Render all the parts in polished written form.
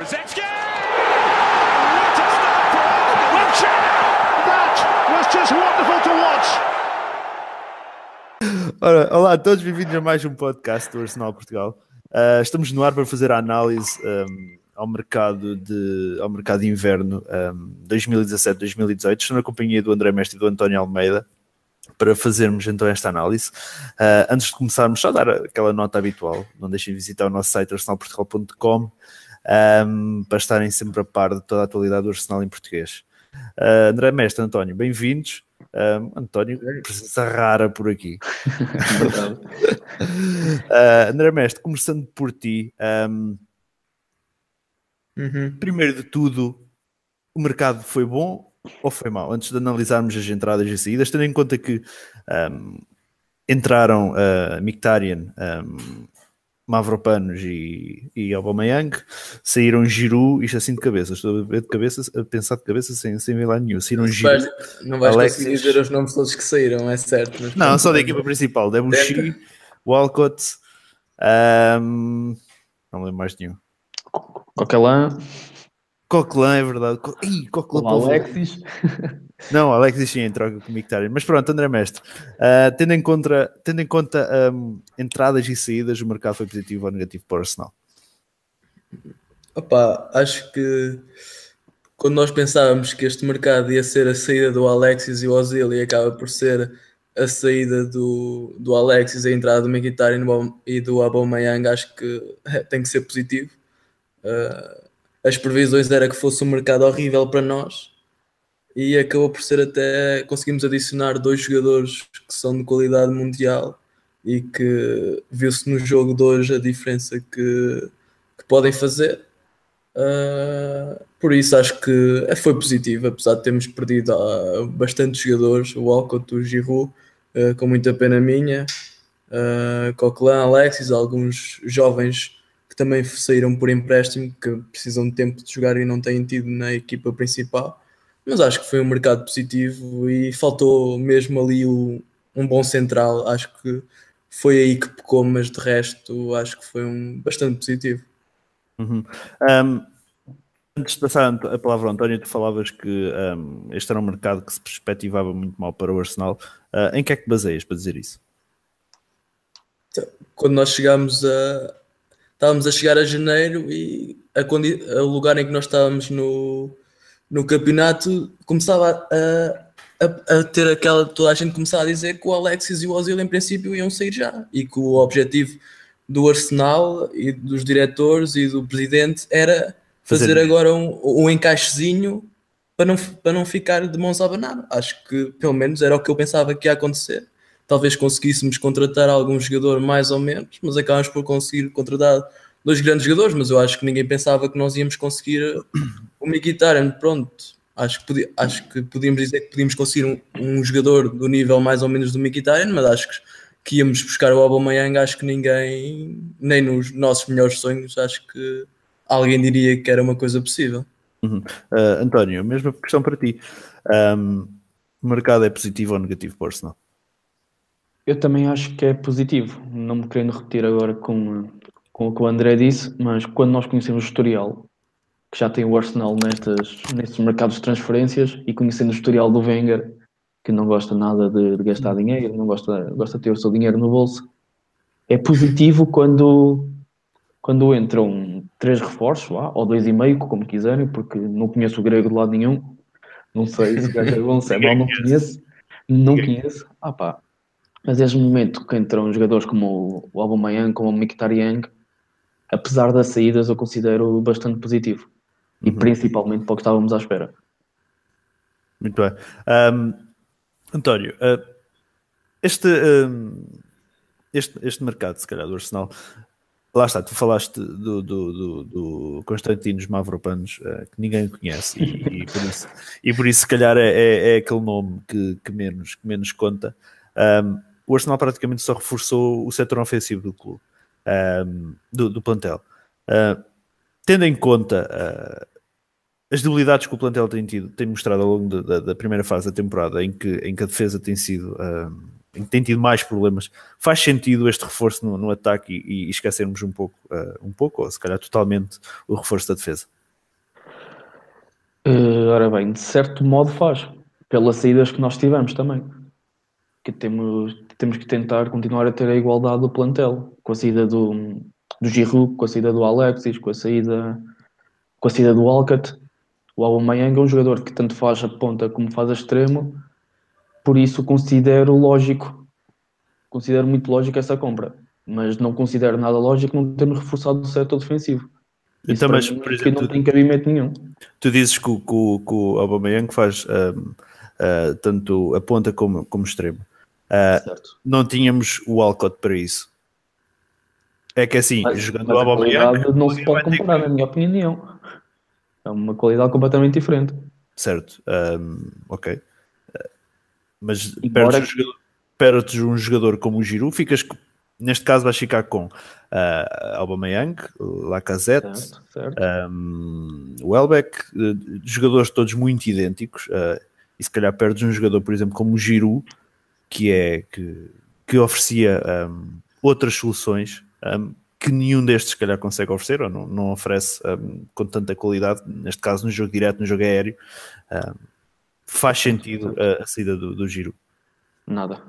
Kulusevski! What a start for Wilshere! That was just wonderful to watch! Ora, olá a todos, bem-vindos a mais um podcast do Arsenal Portugal. Estamos no ar para fazer a análise ao mercado de inverno 2017-2018. Estou na companhia do André Mestre e do António Almeida para fazermos então esta análise. Antes de começarmos, só dar aquela nota habitual. Não deixem de visitar o nosso site arsenalportugal.com para estarem sempre a par de toda a atualidade do Arsenal em português. André Mestre, António, bem-vindos. António, presença rara por aqui. André Mestre, começando por ti, primeiro de tudo, o mercado foi bom ou foi mau? Antes de analisarmos as entradas e saídas, tendo em conta que entraram Mkhitaryan, Mavropanos e Aubameyang, saíram Giroud, isto assim de cabeça, estou a ver de cabeça, a pensar de cabeça sem ver lá nenhum. Saíram Giroud, não vais Alexis... conseguir dizer os nomes todos que saíram, é certo. Mas não, só da equipa principal, Debuchy, Walcott, não lembro mais de nenhum. Coquelin, é verdade. Coquelin, Alexis. Não, Alexis sim, em troca com o Mkhitaryan. Mas pronto, André Mestre, tendo em conta entradas e saídas, o mercado foi positivo ou negativo para o Arsenal? Opa, acho que quando nós pensávamos que este mercado ia ser a saída do Alexis e o Ozil, e acaba por ser a saída do Alexis e a entrada do Mkhitaryan e do Aubameyang, acho que tem que ser positivo. As previsões era que fosse um mercado horrível para nós e acabou por ser, até conseguimos adicionar 2 jogadores que são de qualidade mundial e que viu-se no jogo de hoje a diferença que podem fazer. Por isso acho que foi positivo, apesar de termos perdido bastantes jogadores, o Walcott, o Giroud, com muita pena minha, Coquelin, Alexis, alguns jovens que também saíram por empréstimo, que precisam de tempo de jogar e não têm tido na equipa principal. Mas acho que foi um mercado positivo e faltou mesmo ali um bom central. Acho que foi aí que pecou, mas de resto acho que foi bastante positivo. Antes de passar a palavra ao António, tu falavas que este era um mercado que se perspectivava muito mal para o Arsenal. Em que é que baseias para dizer isso? Quando nós estávamos a chegar a janeiro e o lugar em que nós estávamos no campeonato começava a ter toda a gente começava a dizer que o Alexis e o Ozil em princípio iam sair já e que o objetivo do Arsenal e dos diretores e do presidente era fazer agora um encaixezinho para não ficar de mãos a abanar. Acho que pelo menos era o que eu pensava que ia acontecer. Talvez conseguíssemos contratar algum jogador mais ou menos, mas acabámos por conseguir contratar 2 grandes jogadores, mas eu acho que ninguém pensava que nós íamos conseguir o Mkhitaryan. Pronto, acho que podíamos dizer que podíamos conseguir um jogador do nível mais ou menos do Mkhitaryan, mas acho que íamos buscar o Aubameyang. Acho que ninguém, nem nos nossos melhores sonhos, acho que alguém diria que era uma coisa possível. António, a mesma questão para ti. O mercado é positivo ou negativo para o Arsenal? Eu também acho que é positivo, não me querendo repetir agora com o que o André disse, mas quando nós conhecemos o historial, que já tem o Arsenal nestes mercados de transferências, e conhecendo o historial do Wenger, que não gosta nada de gastar dinheiro, não gosta de ter o seu dinheiro no bolso, é positivo quando entram 3 reforços, ou 2,5, como quiserem, porque não conheço o grego de lado nenhum, não sei se é bom, se é mau, não conheço. Mas desde o momento que entram jogadores como o Aubameyang, como o Mkhitaryan, apesar das saídas, eu considero bastante positivo. E principalmente para o que estávamos à espera. Muito bem. António, este mercado, se calhar, do Arsenal, lá está, tu falaste do Konstantinos Mavropanos, que ninguém conhece, e por isso se calhar é aquele nome que menos conta. O Arsenal praticamente só reforçou o setor ofensivo do clube, do plantel. Tendo em conta as debilidades que o plantel tem mostrado ao longo da primeira fase da temporada, em que a defesa tem tido mais problemas, faz sentido este reforço no ataque e esquecermos um pouco, ou se calhar totalmente, o reforço da defesa? Ora bem, de certo modo faz, pelas saídas que nós tivemos também. Que temos que tentar continuar a ter a igualdade do plantel, com a saída do Giroud, com a saída do Alexis, com a saída do Walcott. O Aubameyang é um jogador que tanto faz a ponta como faz a extremo, por isso considero muito lógico essa compra, mas não considero nada lógico não termos reforçado o setor defensivo. Isso Então, para mas, mim por é que exemplo, não tem cabimento nenhum. tu dizes que o Aubameyang faz tanto a ponta como extremo. Certo. Não tínhamos o Walcott para isso. É que assim, jogando o Mas a Aubameyang, qualidade não se pode vai ter comparar, na minha opinião. É uma qualidade completamente diferente. certo, ok. Mas Embora perdes um jogador como o Giroud, neste caso vais ficar com Aubameyang, Lacazette, certo. Welbeck, jogadores todos muito idênticos, e se calhar perdes um jogador, por exemplo, como o Giroud, que oferecia outras soluções que nenhum destes se calhar consegue oferecer, ou não oferece com tanta qualidade, neste caso no jogo direto, no jogo aéreo. Faz sentido a saída do Giroud. Nada.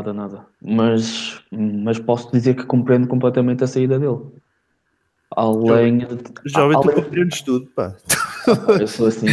Mas posso dizer que compreendo completamente a saída dele. Além de. Jovem, tu compreendes tudo, pá. Eu sou assim.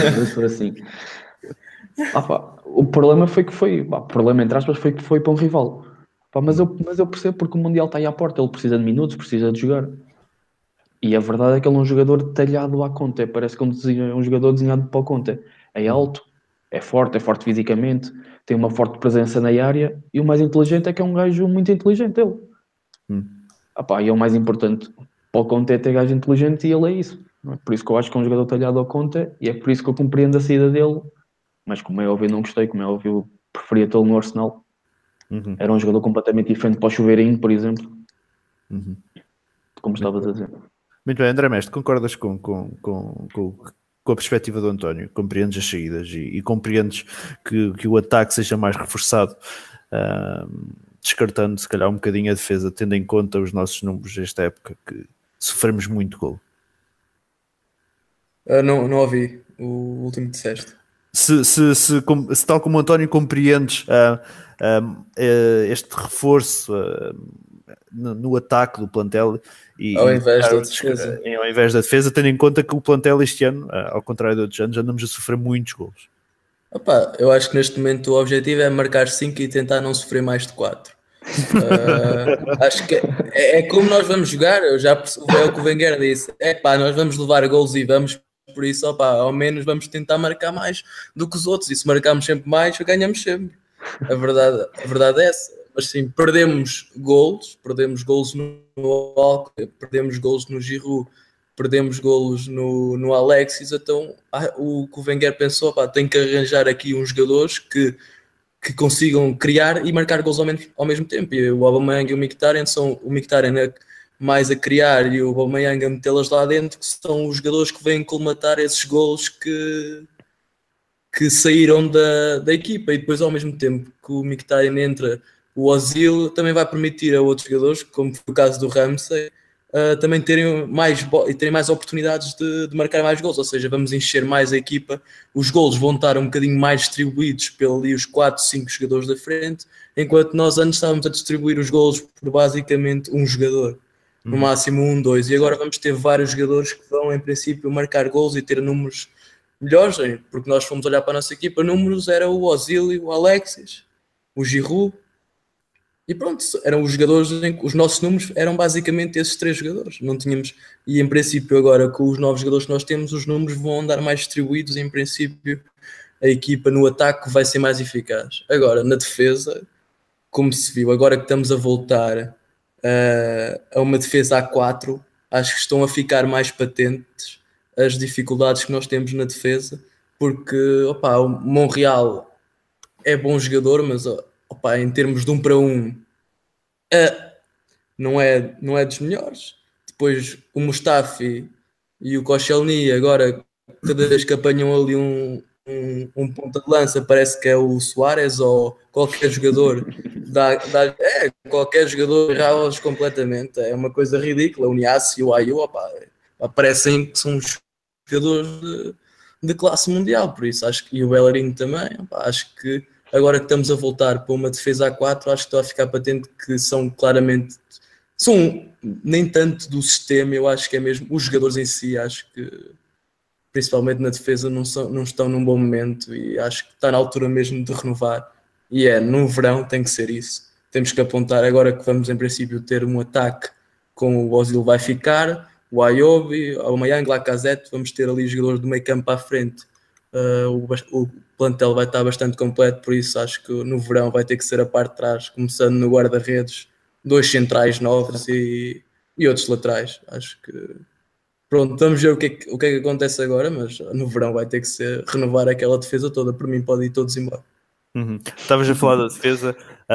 O problema foi que foi. O problema, entre aspas, foi que foi para um rival. Mas eu percebo porque o Mundial está aí à porta. Ele precisa de minutos, precisa de jogar. E a verdade é que ele é um jogador talhado à Conte. Parece que é um jogador desenhado para o Conte. É alto, é forte fisicamente, tem uma forte presença na área e o mais inteligente é que é um gajo muito inteligente, ele. E é o mais importante para o Conte é ter gajo inteligente e ele é isso. Por isso que eu acho que é um jogador talhado ao Conte e é por isso que eu compreendo a saída dele. Mas como é óbvio, não gostei. Como é óbvio, eu preferia tê-lo no Arsenal. Era um jogador completamente diferente para o Chuveirinho, por exemplo. Como estavas a dizer. Muito bem, André Mestre, concordas com a perspectiva do António? Compreendes as saídas e compreendes que o ataque seja mais reforçado, descartando se calhar um bocadinho a defesa, tendo em conta os nossos números desta época, que sofremos muito gol. Não ouvi o último que disseste. Se tal como o António compreendes este reforço no ataque do plantel ao invés da defesa. Ao invés da defesa, tendo em conta que o plantel este ano, ao contrário de outros anos, andamos a sofrer muitos golos. Eu acho que neste momento o objetivo é marcar 5 e tentar não sofrer mais de 4. Acho que é como nós vamos jogar. Eu já percebi o que o Wenger disse. Nós vamos levar golos e vamos, por isso, ao menos vamos tentar marcar mais do que os outros. E se marcarmos sempre mais, ganhamos sempre. A verdade é essa. Mas sim, perdemos golos no Alckmin, perdemos golos no Giroud, perdemos golos no Alexis. Então o que o Wenger pensou, tem que arranjar aqui uns jogadores que consigam criar e marcar gols ao mesmo tempo. E o Aubameyang e o Mkhitaryan são o Mkhitaryan mais a criar e o Aubameyang a metê-las lá dentro, que são os jogadores que vêm colmatar esses gols que saíram da equipa. E depois, ao mesmo tempo que o Mkhitaryan entra, o Ozil também vai permitir a outros jogadores, como foi o caso do Ramsey, também terem mais oportunidades de marcar mais gols. Ou seja, vamos encher mais a equipa, os gols vão estar um bocadinho mais distribuídos pelos 4, 5 jogadores da frente, enquanto nós antes estávamos a distribuir os gols por basicamente um jogador, no máximo 1, 2, e agora vamos ter vários jogadores que vão em princípio marcar gols e ter números melhores, porque nós fomos olhar para a nossa equipa, números era o Ozil, o Alexis, o Giroud, e pronto, eram os jogadores, os nossos números eram basicamente esses 3 jogadores. Não tínhamos, e em princípio agora com os novos jogadores que nós temos, os números vão andar mais distribuídos e em princípio a equipa no ataque vai ser mais eficaz. Agora, na defesa, como se viu, agora que estamos a voltar a uma defesa a 4, acho que estão a ficar mais patentes as dificuldades que nós temos na defesa, porque o Monreal é bom jogador, mas em termos de 1 para 1 não é dos melhores. Depois o Mustafi e o Koscielny agora, cada vez que apanham ali um ponta de lança, parece que é o Suárez ou qualquer jogador qualquer jogador erra-os completamente. É uma coisa ridícula. O Niasse e o Ayew parecem que são jogadores de classe mundial, por isso acho que, e o Bellerin também, pá, acho que agora que estamos a voltar para uma defesa a 4, acho que está a ficar patente que são claramente, são nem tanto do sistema, eu acho que é mesmo os jogadores em si, acho que principalmente na defesa não estão num bom momento e acho que está na altura mesmo de renovar, e no verão tem que ser isso, temos que apontar agora que vamos em princípio ter um ataque com o Ozil vai ficar, o Ayobi, o Aubameyang, Lacazette, vamos ter ali jogadores do meio campo à frente. O plantel vai estar bastante completo, por isso acho que no verão vai ter que ser a parte de trás, começando no guarda-redes, 2 centrais novos e outros laterais. Acho que pronto, vamos ver o que é que acontece agora, mas no verão vai ter que ser renovar aquela defesa toda. Por mim pode ir todos embora. Estavas a falar da defesa.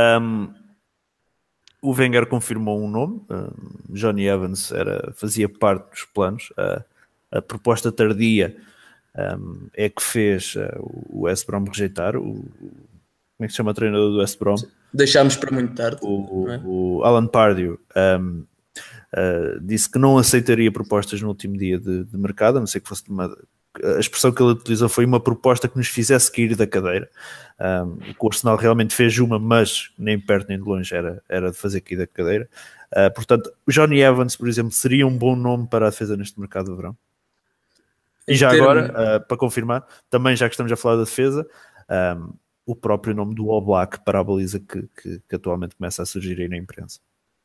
O Wenger confirmou um nome, Johnny Evans fazia parte dos planos. A proposta tardia é que fez o West Brom rejeitar. Como é que se chama o treinador do West Brom? Deixámos para muito tarde. O Alan Pardew disse que não aceitaria propostas no último dia de mercado, a não ser que fosse a expressão que ele utilizou foi uma proposta que nos fizesse cair da cadeira. O Arsenal realmente fez uma, mas nem perto nem de longe era de fazer cair da cadeira. Portanto, o Johnny Evans, por exemplo, seria um bom nome para a defesa neste mercado de verão. E já agora, para confirmar, também já que estamos a falar da defesa, o próprio nome do Oblak para a baliza que atualmente começa a surgir aí na imprensa.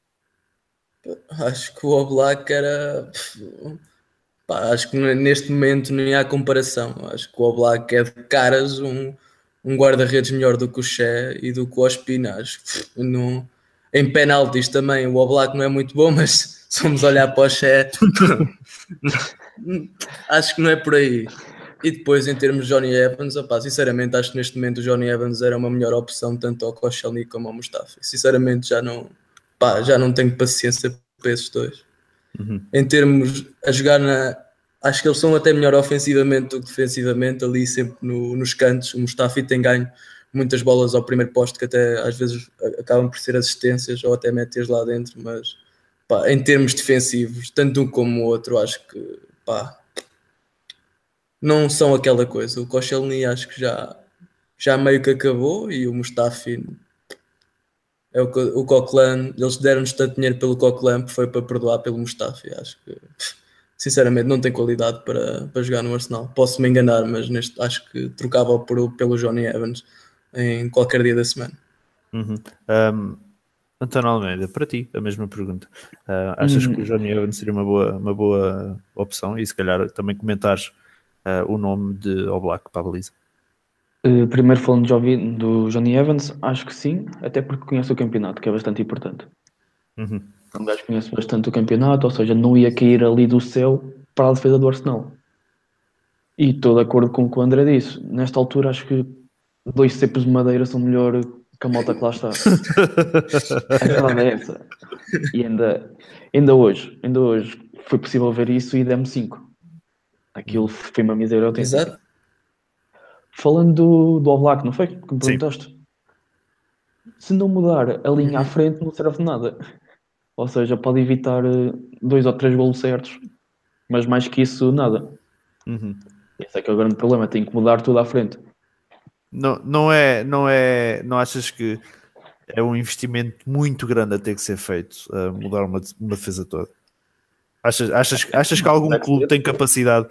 Acho que o Oblak era... acho que neste momento nem há comparação. Acho que o Oblak é de caras um guarda-redes melhor do que o Che e do que o Ospina. Acho que não... Em penaltis também o Oblak não é muito bom, mas se vamos olhar para o Che, acho que não é por aí. E depois em termos de Johnny Evans, sinceramente acho que neste momento o Johnny Evans era uma melhor opção tanto ao Koscielny como ao Mustafi. Sinceramente já não tenho paciência para esses dois. Em termos a jogar acho que eles são até melhor ofensivamente do que defensivamente, ali sempre nos cantos. O Mustafi tem ganho muitas bolas ao primeiro posto que até às vezes acabam por ser assistências ou até metes lá dentro, mas em termos defensivos, tanto um como o outro, acho que não são aquela coisa. O Koscielny acho que já meio que acabou e o Mustafi é o Coquelin, eles deram-nos tanto dinheiro pelo Coquelin que foi para perdoar pelo Mustafi. Acho que sinceramente não tem qualidade para jogar no Arsenal. Posso me enganar, mas acho que trocava pelo Johnny Evans em qualquer dia da semana. António Almeida, para ti a mesma pergunta. Achas que o Johnny Evans seria uma boa opção e se calhar também comentares o nome de Oblak para a baliza? Primeiro falando do Johnny Evans, acho que sim, até porque conheço o campeonato, que é bastante importante. Um gajo conhece bastante o campeonato, ou seja, não ia cair ali do céu para a defesa do Arsenal. E estou de acordo com o que o André disse. Nesta altura acho que 2 cepos de madeira são melhor que a malta que lá está. A verdade é essa. E ainda hoje foi possível ver isso e demos 5. Aquilo foi uma miséria autêntica. Exato. Falando do Oblak, não foi? Que me perguntaste? Se não mudar a linha à frente, não serve de nada. Ou seja, pode evitar 2 ou 3 golos certos, mas mais que isso, nada. Esse é que é o grande problema, tem que mudar tudo à frente. Não achas que é um investimento muito grande a ter que ser feito, mudar uma defesa toda? Achas que algum clube tem capacidade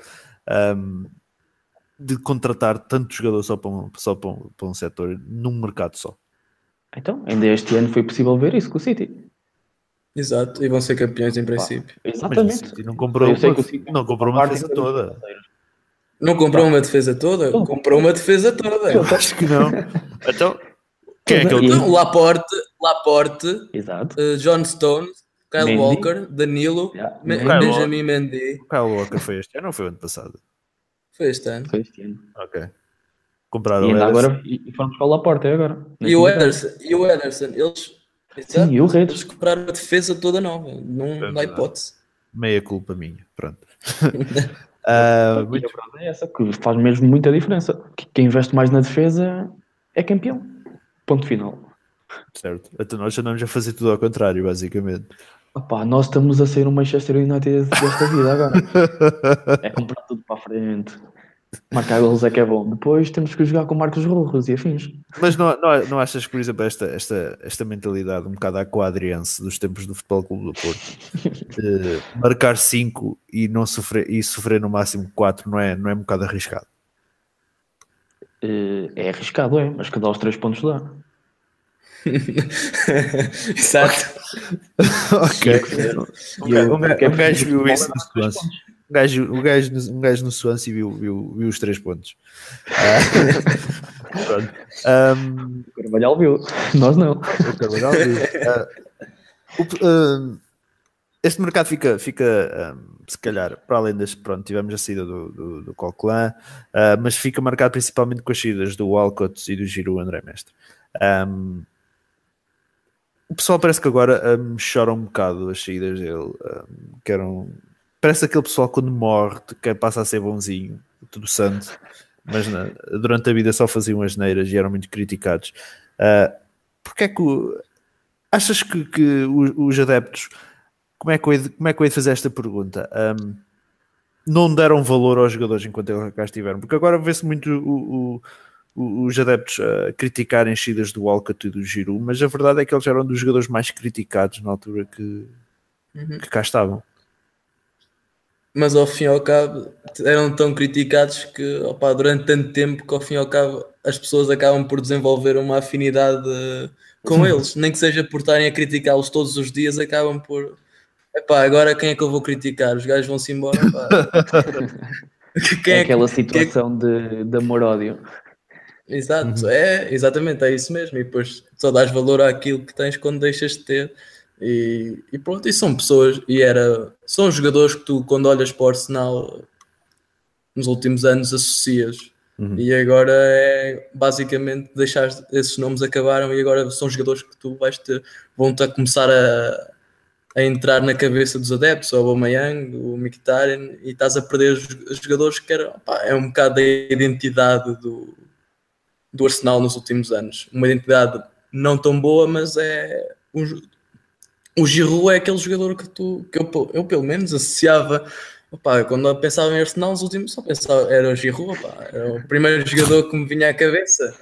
de contratar tanto jogador só para um setor num mercado só? Então, ainda este ano foi possível ver isso com o City. Exato, e vão ser campeões em princípio. Exatamente. Mas o City não comprou uma defesa toda. Não comprou uma defesa toda? Comprou uma defesa toda. Eu acho que não. Então, quem é que ele tem? Laporte, exato. John Stones, Kyle Mendy. Walker, Danilo, Benjamin Mendy. O Kyle Walker foi este ano ou foi o ano passado? Foi este ano. Foi este ano. Ok. Compraram E ainda o Ederson. agora, e fomos para o Laporte agora. E o Ederson, eles... Sim, e o Redes. Eles compraram a defesa toda nova. Não dá hipótese. Meia culpa minha. Pronto. E a verdade é essa, que faz mesmo muita diferença. Quem investe mais na defesa é campeão. Ponto final. Certo. Então nós andamos a fazer tudo ao contrário, basicamente. Opá, nós estamos a ser um Manchester United desta vida agora. É comprar tudo para a frente. Marcar golos é que é bom. Depois temos que jogar com Marcos Rojas e afins. Mas não achas que, por exemplo, esta mentalidade um bocado aquadriense dos tempos do Futebol Clube do Porto, de marcar 5 e não sofrer no máximo 4 não é um bocado arriscado? É arriscado, mas que dá os 3 pontos dá. Exato. Ok. Um gajo viu é isso no Swansea. Um gajo no Swansea viu os 3 pontos. Pronto. O Carvalhal viu, nós não. O Carvalhal viu. Este mercado fica se calhar, para além das, pronto, tivemos a saída do Coquelin, mas fica marcado principalmente com as saídas do Walcott e do Giroud, André Mestre. O pessoal parece que agora chora um bocado as saídas dele, parece aquele pessoal quando morre que passa a ser bonzinho, tudo santo, mas durante a vida só faziam as neiras e eram muito criticados. Porque é que achas que os adeptos, como é que eu hei de fazer esta pergunta? Não deram valor aos jogadores enquanto eles cá estiveram, porque agora vê-se muito os adeptos criticarem as saídas do Walcott e do Giroud, mas a verdade é que eles eram dos jogadores mais criticados na altura que cá estavam. Mas ao fim e ao cabo eram tão criticados que durante tanto tempo que ao fim e ao cabo as pessoas acabam por desenvolver uma afinidade com eles, nem que seja por estarem a criticá-los todos os dias, acabam por agora quem é que eu vou criticar? Os gajos vão-se embora. É aquela situação de amor-ódio. Exato, exatamente, é isso mesmo. E depois só dás valor àquilo que tens quando deixas de ter. E pronto, e são pessoas, são jogadores que tu, quando olhas para o Arsenal nos últimos anos, associas. E agora basicamente deixar esses nomes acabaram e agora são jogadores que tu vão-te a começar a entrar na cabeça dos adeptos, o Aubameyang, o Mkhitaryan, e estás a perder os jogadores que é um bocado da identidade do Arsenal nos últimos anos. Uma identidade não tão boa, mas o Giroud é aquele jogador que eu pelo menos associava. Quando eu pensava em Arsenal, os últimos só pensava, era o Giroud, era o primeiro jogador que me vinha à cabeça.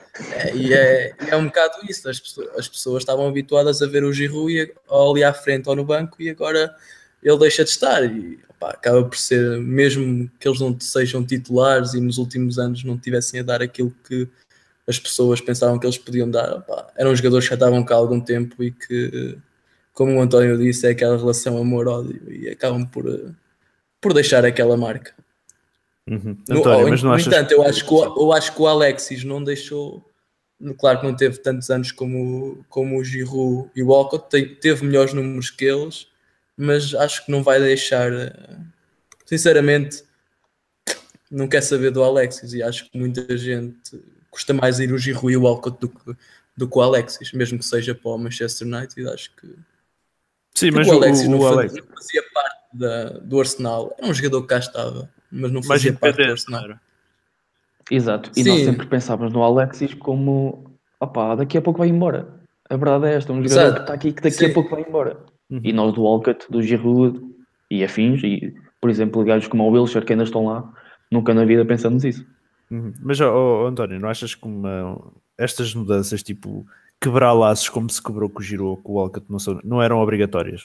É um bocado isso. As pessoas estavam habituadas a ver o Giroud ali à frente ou no banco e agora ele deixa de estar. E acaba por ser, mesmo que eles não sejam titulares e nos últimos anos não tivessem a dar aquilo que as pessoas pensavam que eles podiam dar, eram jogadores que já estavam cá há algum tempo e que, como o António disse, é aquela relação amor-ódio e acabam por deixar aquela marca. António, mas não achas... entanto, eu acho que o Alexis não deixou, claro que não teve tantos anos como o Giroud e o Walcott, teve melhores números que eles, mas acho que não vai deixar, sinceramente, não quer saber do Alexis e acho que muita gente custa mais ir o Giroud e o Walcott do que o Alexis, mesmo que seja para o Manchester United. Acho que sim, mas o Alexis não Alexis fazia parte do Arsenal, era um jogador que cá estava, mas não fazia parte do Arsenal. Exato, e nós sempre pensávamos no Alexis como daqui a pouco vai embora. A verdade é esta, um jogador que está aqui que daqui a pouco vai embora. E nós do Walcott, do Giroud e afins, e por exemplo, gajos como o Wilshere que ainda estão lá, nunca na vida pensamos isso. Mas, António, não achas que estas mudanças, tipo quebrar laços como se quebrou com o Giroud ou com o Walcott, não eram obrigatórias?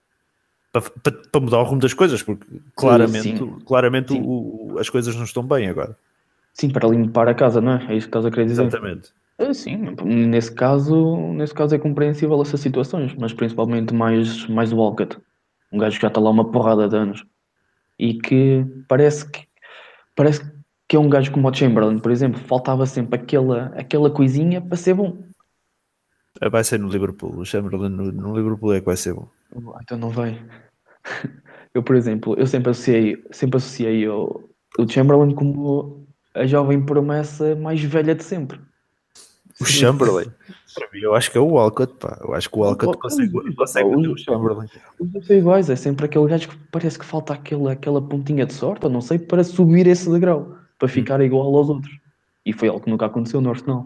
Para mudar o rumo das coisas, porque claramente as coisas não estão bem agora. Sim, para limpar a casa, não é? É isso que estás a querer dizer? Exatamente. Sim, nesse caso é compreensível essas situações, mas principalmente mais o Walcott. Um gajo que já está lá uma porrada de anos e que parece que é um gajo como o Chamberlain, por exemplo, faltava sempre aquela coisinha para ser bom. Vai ser no Liverpool, o Chamberlain no Liverpool é que vai ser bom. Então não vai. Eu, por exemplo, eu sempre associei o Chamberlain como a jovem promessa mais velha de sempre. O Chamberlain? Para mim, eu acho que é o Walcott, pá. Eu acho que o Walcott consegue bater o Chamberlain. Os dois são iguais, é sempre aquele gajo que parece que falta aquela pontinha de sorte, ou não sei, para subir esse degrau, para ficar igual aos outros. E foi algo que nunca aconteceu no Arsenal.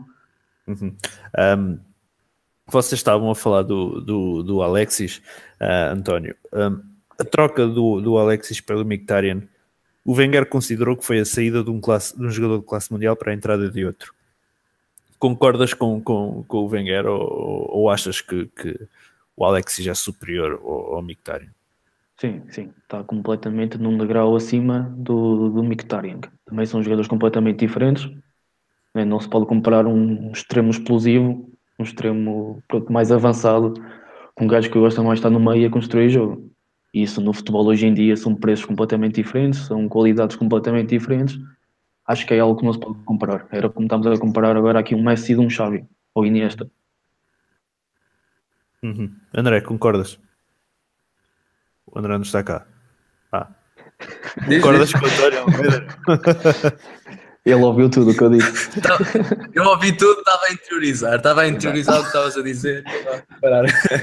Vocês estavam a falar do Alexis, António. A troca do Alexis pelo Mkhitaryan o Wenger considerou que foi a saída de um jogador de classe mundial para a entrada de outro. Concordas com o Wenger ou achas que o Alexis é superior ao Mkhitaryan? Sim, está completamente num degrau acima do Mkhitaryan. Também são jogadores completamente diferentes, né? Não se pode comparar um extremo explosivo, um extremo mais avançado, com um gajo que gosta mais de estar no meio a construir jogo. E isso no futebol hoje em dia são preços completamente diferentes, são qualidades completamente diferentes. Acho que é algo que não se pode comparar. Era como estamos a comparar agora aqui um Messi de um Xavi, ou Iniesta. André, concordas? O André não está cá. Concordas com o António Almeida? Ele ouviu tudo o que eu disse. Eu ouvi tudo, estava a interiorizar o que estavas a dizer. Parar.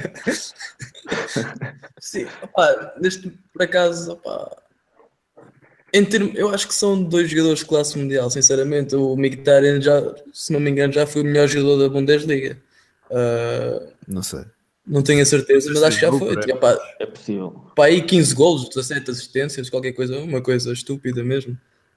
Sim, opá, por acaso, opá, eu acho que são dois jogadores de classe mundial, sinceramente. O Mkhitaryan, se não me engano, já foi o melhor jogador da Bundesliga. Não sei. Não tenho a certeza, mas acho que já foi. É possível. Pá, aí 15 golos, 17 assistências, qualquer coisa, uma coisa estúpida mesmo.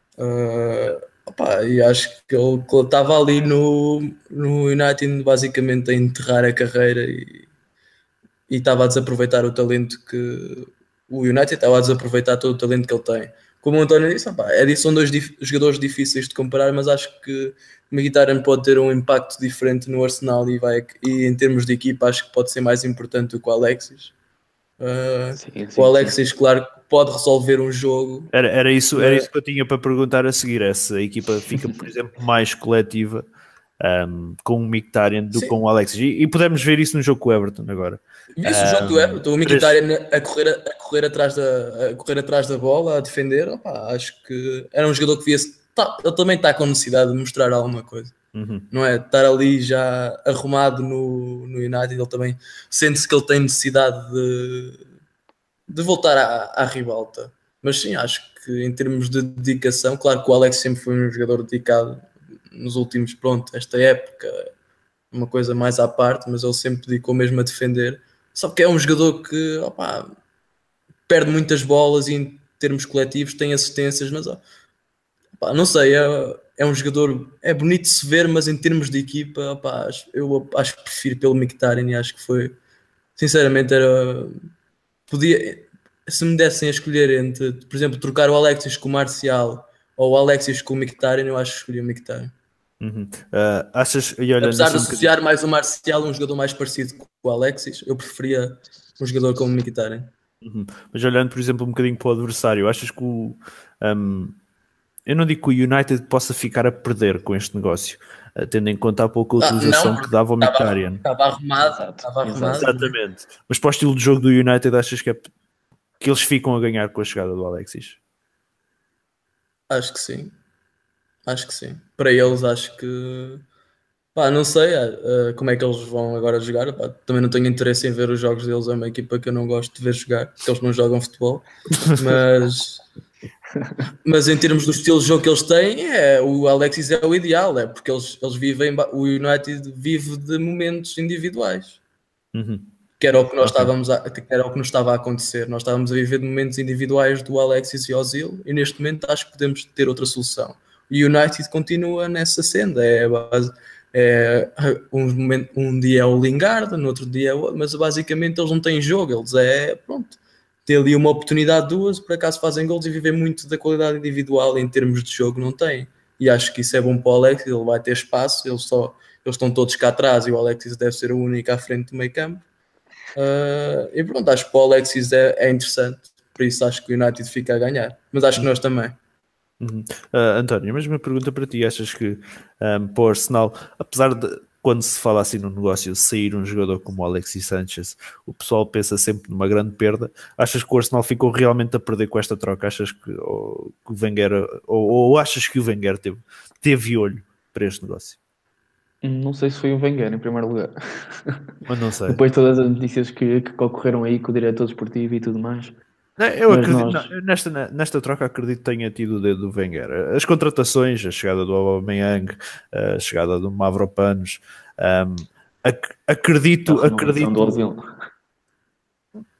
E acho que ele estava ali no United basicamente a enterrar a carreira e estava a desaproveitar o talento que o United estava a desaproveitar todo o talento que ele tem. Como o António disse, são dois jogadores difíceis de comparar, mas acho que o Mkhitaryan pode ter um impacto diferente no Arsenal e em termos de equipa acho que pode ser mais importante do que o Alexis. O Alexis, claro, pode resolver um jogo. Era isso que eu tinha para perguntar a seguir. Essa equipa fica, por exemplo, mais coletiva com o Mkhitaryan do que com o Alexis. E podemos ver isso no jogo com o Everton agora. Viu-se o jogo do Everton, o Mkhitaryan a correr atrás da bola, a defender. Acho que era um jogador que via-se. Ele também está com necessidade de mostrar alguma coisa. Não é? Estar ali já arrumado no United, ele também sente-se que ele tem necessidade de voltar à ribalta. Mas sim, acho que em termos de dedicação, claro que o Alex sempre foi um jogador dedicado nos últimos, esta época, uma coisa mais à parte, mas ele sempre dedicou mesmo a defender. Só que é um jogador que perde muitas bolas e em termos coletivos tem assistências, mas não sei, é um jogador, é bonito de se ver, mas em termos de equipa, eu acho que prefiro pelo Mkhitaryan e acho que foi, sinceramente, se me dessem a escolher entre, por exemplo, trocar o Alexis com o Marcial ou o Alexis com o Mkhitaryan, eu acho que escolhi o Mkhitaryan. Apesar de associar mais o Marcial a um jogador mais parecido com o Alexis, eu preferia um jogador como o Mkhitaryan. Mas olhando, por exemplo, um bocadinho para o adversário, achas que eu não digo que o United possa ficar a perder com este negócio, tendo em conta a pouca utilização que dava ao Mkhitaryan. Estava arrumado. Exatamente. Mas para o estilo de jogo do United, achas que eles ficam a ganhar com a chegada do Alexis? Acho que sim. Para eles, acho que... não sei como é que eles vão agora jogar. Também não tenho interesse em ver os jogos deles. É uma equipa que eu não gosto de ver jogar, porque eles não jogam futebol. Mas em termos do estilo de jogo que eles têm, o Alexis é o ideal, porque eles vivem, o United vive de momentos individuais, que era o que nós que era o que nos estava a acontecer. Nós estávamos a viver de momentos individuais do Alexis e Ozil, e neste momento acho que podemos ter outra solução. O United continua nessa senda, um dia é o Lingard, no outro dia é o outro, mas basicamente eles não têm jogo, eles ter ali uma oportunidade, duas, por acaso fazem gols e viver muito da qualidade individual em termos de jogo não tem. E acho que isso é bom para o Alexis, ele vai ter espaço, eles estão todos cá atrás e o Alexis deve ser o único à frente do meio campo. Acho que para o Alexis é interessante, por isso acho que o United fica a ganhar, mas acho que nós também. António, a mesma pergunta para ti. Achas que para o Arsenal, apesar de quando se fala assim no negócio sair um jogador como o Alexis Sanchez, o pessoal pensa sempre numa grande perda, achas que o Arsenal ficou realmente a perder com esta troca? Achas que o Wenger ou achas que o Wenger teve olho para este negócio? Não sei se foi o Wenger em primeiro lugar, mas não sei. Depois de todas as notícias que ocorreram aí com o diretor desportivo e tudo mais. Eu acredito, nesta troca acredito que tenha tido o dedo do Wenger. As contratações, a chegada do Aubameyang, a chegada do Mavropanos, acredito.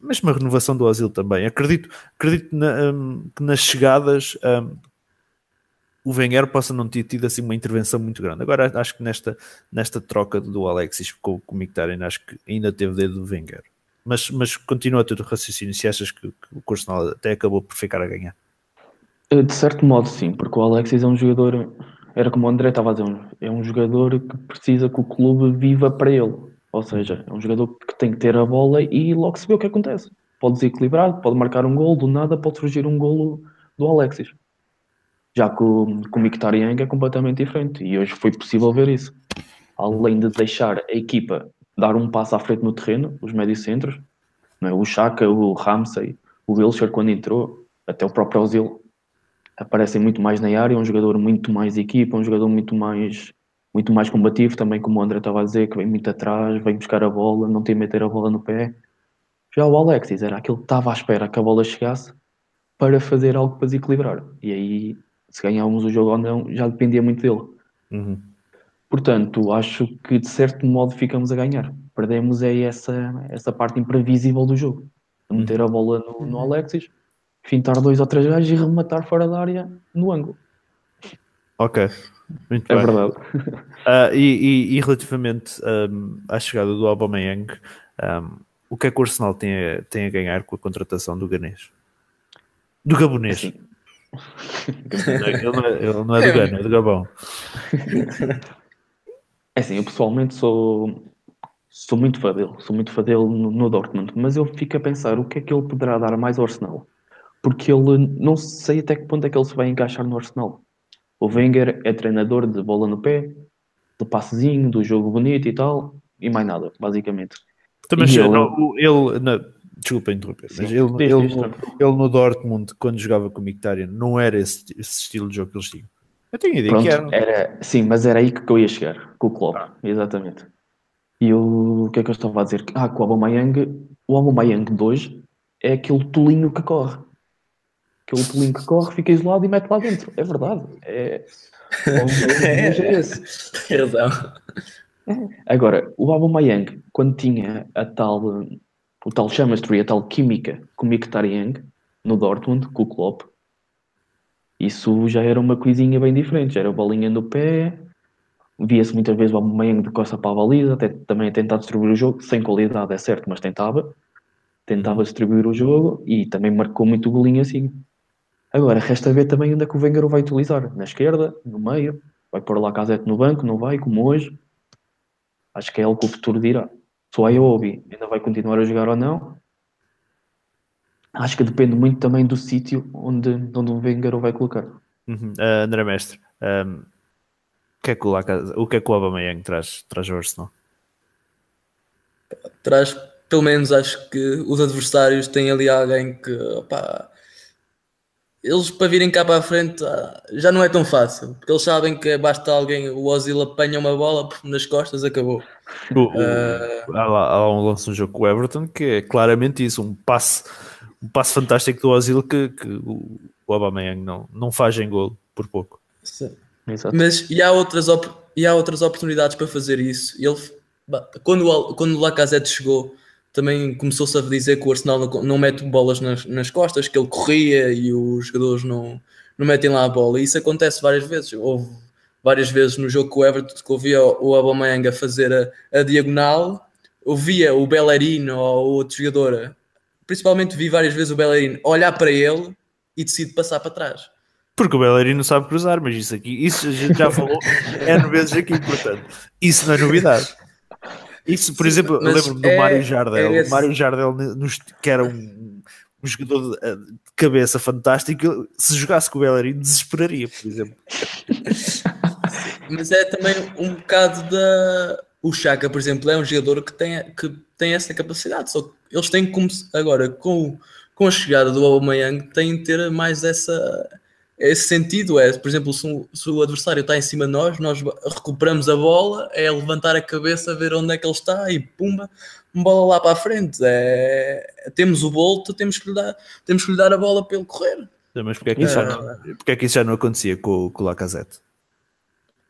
mesmo a renovação do Ozil também. Acredito que nas chegadas o Wenger possa não ter tido assim uma intervenção muito grande. Agora acho que nesta troca do Alexis com o Mkhitaryan, acho que ainda teve dedo do Wenger. Mas continua a ter o raciocínio se achas que o Arsenal até acabou por ficar a ganhar. De certo modo, sim, porque o Alexis é um jogador, era como o André estava a dizer, é um jogador que precisa que o clube viva para ele. Ou seja, é um jogador que tem que ter a bola e logo se vê o que acontece. Pode desequilibrar, pode marcar um golo, do nada pode surgir um golo do Alexis. Já que o Mkhitaryan é completamente diferente e hoje foi possível ver isso. Além de deixar a equipa dar um passo à frente no terreno, os médios centros, não é? O Xhaka, o Ramsey, o Wilshere quando entrou, até o próprio Ozil, aparecem muito mais na área, é um jogador muito mais equipa, um jogador muito mais combativo, também como o André estava a dizer, que vem muito atrás, vem buscar a bola, não tem que meter a bola no pé. Já o Alexis era aquele que estava à espera que a bola chegasse para fazer algo para desequilibrar. E aí, se ganhávamos o jogo ou não, já dependia muito dele. Uhum. Portanto, acho que de certo modo ficamos a ganhar. Perdemos é essa parte imprevisível do jogo. Meter a bola no Alexis, fintar 2 ou 3 gajos e rematar fora da área no ângulo. Ok, muito É bem. verdade. E relativamente à chegada do Aubameyang, o que é que o Arsenal tem a ganhar com a contratação do ganês? Do gabonês. Assim, Ele não é do Gana, é do Gabão. é assim, eu pessoalmente sou muito fã dele no Dortmund, mas eu fico a pensar o que é que ele poderá dar mais ao Arsenal, porque ele não sei até que ponto é que ele se vai encaixar no Arsenal. O Wenger é treinador de bola no pé, do passezinho, do jogo bonito e tal, e mais nada, basicamente. Mas E desculpa interromper, mas sim, diz, ele no Dortmund, quando jogava com o Mkhitaryan, não era esse estilo de jogo que eles tinham. Eu tenho a ideia que pronto, era. sim, mas era aí que eu ia chegar, com o Klopp, exatamente. E o que é que eu estava a dizer? Que o Aubameyang de hoje é aquele tolinho que corre. Aquele tolinho que corre, fica isolado e mete lá dentro. É verdade. O Aubameyang de hoje é esse. Tem razão. Agora, o Aubameyang, quando tinha o tal chemistry, a tal química com o Mkhitaryan no Dortmund, com o Klopp, isso já era uma coisinha bem diferente. Já era a bolinha no pé, via-se muitas vezes o Aubameyang de costa para a baliza, até também a tentar distribuir o jogo, sem qualidade, é certo, mas tentava distribuir o jogo e também marcou muito o golinho assim. Agora, resta ver também onde é que o Wenger o vai utilizar. Na esquerda, no meio, vai pôr lá a Lacazette no banco, não vai, como hoje. Acho que é algo que o futuro dirá. Se o Ayobi ainda vai continuar a jogar ou não, acho que depende muito também do sítio onde o Wenger o vai colocar. André Mestre, o que é que o Aubameyang traz ao Arsenal? Traz, pelo menos acho que os adversários têm ali alguém que, opá, eles para virem cá para a frente já não é tão fácil, porque eles sabem que basta alguém, o Ozil apanha uma bola nas costas, acabou. Há um lance no jogo com o Everton que é claramente isso, um passe fantástico do Ozil que o Aubameyang não faz em golo por pouco. Sim. Exato. Mas e há outras oportunidades para fazer isso. Quando o Lacazette chegou, também começou-se a dizer que o Arsenal não mete bolas nas costas, que ele corria e os jogadores não metem lá a bola. E isso acontece várias vezes. Houve várias vezes no jogo com o Everton que eu via o Aubameyang a fazer a diagonal, eu via o Bellerin ou outro jogador, principalmente vi várias vezes o Bellerin olhar para ele e decide passar para trás. Porque o Bellerin não sabe cruzar, mas isso a gente já falou N vezes aqui, portanto, isso não é novidade. Isso, por exemplo, eu lembro-me do Mário Jardel. O Mário Jardel, que era um jogador de cabeça fantástico, se jogasse com o Bellerin, desesperaria, por exemplo. Mas é também um bocado o Xhaka, por exemplo, é um jogador que tem essa capacidade. Só que eles têm como agora, com a chegada do Aubameyang, têm de ter mais esse sentido. Por exemplo, se o adversário está em cima de nós recuperamos a bola, é levantar a cabeça, ver onde é que ele está e pumba, uma bola lá para a frente. Temos o Bolt, temos que lhe dar a bola para ele correr. Mas porque é que isso já não acontecia com o Lacazette?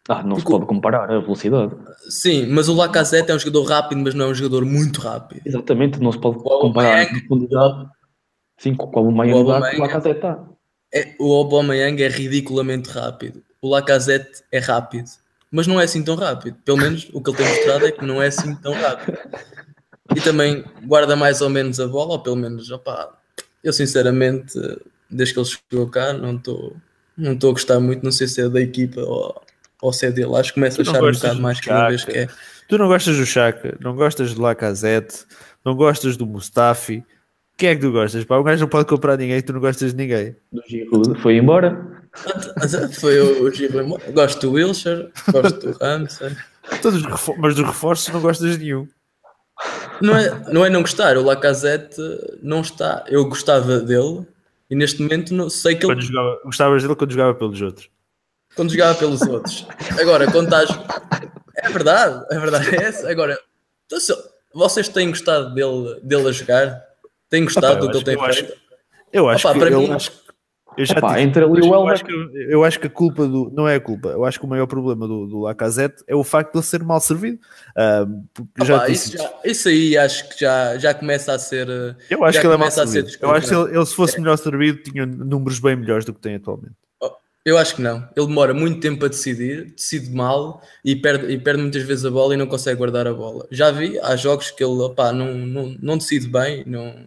Não se pode comparar a velocidade. Sim, mas o Lacazette é um jogador rápido, mas não é um jogador muito rápido. Exatamente, não se pode O comparar a Aubameyang, profundidade. Sim, com o o Aubameyang dá, com o Aubameyang, Lacazette está. o Aubameyang é ridiculamente rápido. O Lacazette é rápido, mas não é assim tão rápido. Pelo menos o que ele tem mostrado é que não é assim tão rápido. E também guarda mais ou menos a bola, ou pelo menos, opá, eu sinceramente, desde que ele chegou cá, não estou a gostar muito. Não sei se é da equipa ou se é dele. Acho que começo a Tu não achar um gostas bocado do mais cada vez que é. Xhaka, tu não gostas do Xhaka, não gostas do Lacazette, não gostas do Mustafi. Quem é que tu gostas? Pá, o gajo não pode comprar ninguém, tu não gostas de ninguém. Do Giroud foi embora. Foi o Giroud. Gosto do Wilshere, gosto do Ramsey. Mas dos reforços não gostas de nenhum. Não é não gostar, o Lacazette não está. Eu gostava dele e neste momento não, sei que ele Gostavas dele quando jogava pelos outros. quando jogava pelos outros. Agora, quando estás. É verdade é essa. Agora, então, vocês têm gostado dele a jogar? Têm gostado do que ele tem feito? Eu acho Opa, que para eu mim, acho que eu já Epá, tive, entre ele e o eu acho Welbeck. eu acho que a culpa não é a culpa. Eu acho que o maior problema do Lacazette é o facto de ele ser mal servido. Porque eu já opa, disse isso aí acho que já começa a ser. eu acho Já que ele é mal começa a ser servido. Eu acho que desculpa. ele se fosse melhor servido tinha números bem melhores do que tem atualmente. Eu acho que não. Ele demora muito tempo a decidir, decide mal e perde muitas vezes a bola e não consegue guardar a bola. Já vi, há jogos que ele opá, não decide bem.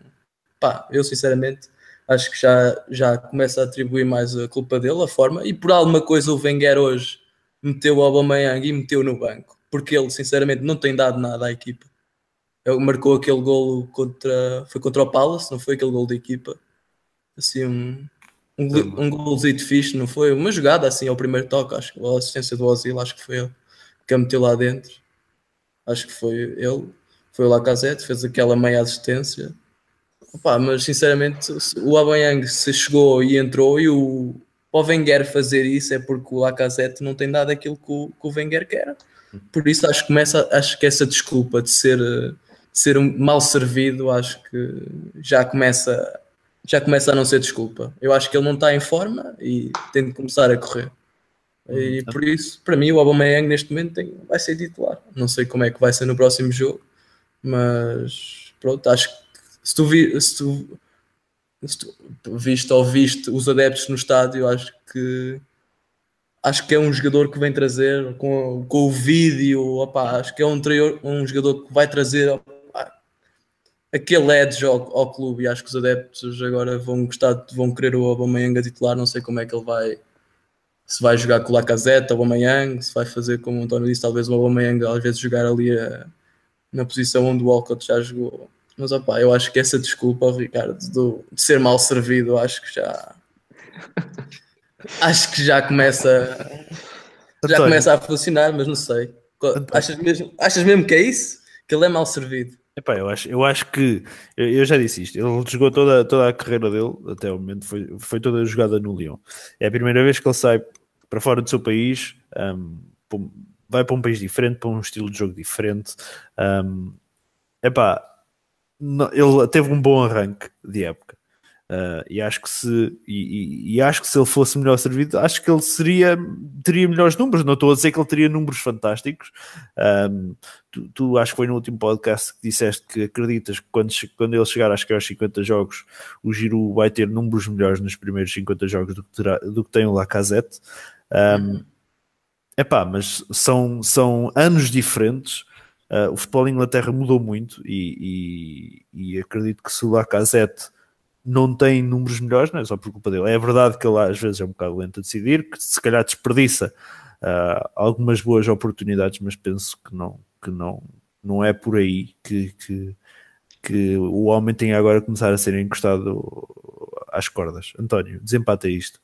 Eu sinceramente acho que já começa a atribuir mais a culpa dele, a forma, e por alguma coisa o Wenger hoje meteu o Aubameyang e meteu no banco, porque ele sinceramente não tem dado nada à equipa. Ele marcou aquele golo foi contra o Palace, não foi aquele golo da equipa, assim um golzito fixe, não foi? Uma jogada assim ao primeiro toque, acho que a assistência do Ozil, acho que foi ele que a meteu lá dentro. Acho que foi ele, foi o Lacazette, fez aquela meia assistência. Opa, mas sinceramente, o Aubameyang se chegou e entrou e o Wenger fazer isso é porque o Lacazette não tem dado aquilo que o Wenger quer. Por isso acho que essa desculpa de ser mal servido, acho que já começa a não ser desculpa. Eu acho que ele não está em forma e tem de começar a correr. E por isso, para mim, o Aubameyang neste momento vai ser titular. Não sei como é que vai ser no próximo jogo, mas pronto, acho que se tu viste ou viste os adeptos no estádio, acho que é um jogador que vem trazer com o vídeo, opa, acho que é um jogador que vai trazer aquele edge ao clube, e acho que os adeptos agora vão querer o Aubameyang a titular. Não sei como é que ele se vai jogar com o Lacazette, o Aubameyang, se vai fazer como o António disse, talvez o Aubameyang às vezes jogar ali na posição onde o Walcott já jogou. Mas opá, eu acho que essa desculpa, Ricardo, de ser mal servido, acho que já começa a funcionar, mas não sei. Achas mesmo que é isso? Que ele é mal servido? Epá, eu acho que eu já disse isto. Ele jogou toda a carreira dele até o momento, foi toda jogada no Lyon. É a primeira vez que ele sai para fora do seu país, vai para um país diferente, para um estilo de jogo diferente. Ele teve um bom arranque de época. E acho que se ele fosse melhor servido, acho que ele teria melhores números. Não estou a dizer que ele teria números fantásticos. Tu acho que foi no último podcast que disseste que acreditas que quando ele chegar acho que aos 50 jogos o Giroud vai ter números melhores nos primeiros 50 jogos do que tem o Lacazette. Mas são anos diferentes. O futebol em Inglaterra mudou muito e acredito que se o Lacazette não tem números melhores, não é só por culpa dele. É verdade que ele às vezes é um bocado lento a decidir, que se calhar desperdiça algumas boas oportunidades, mas penso que não é por aí que o homem tem agora a começar a ser encostado às cordas. António, desempata isto.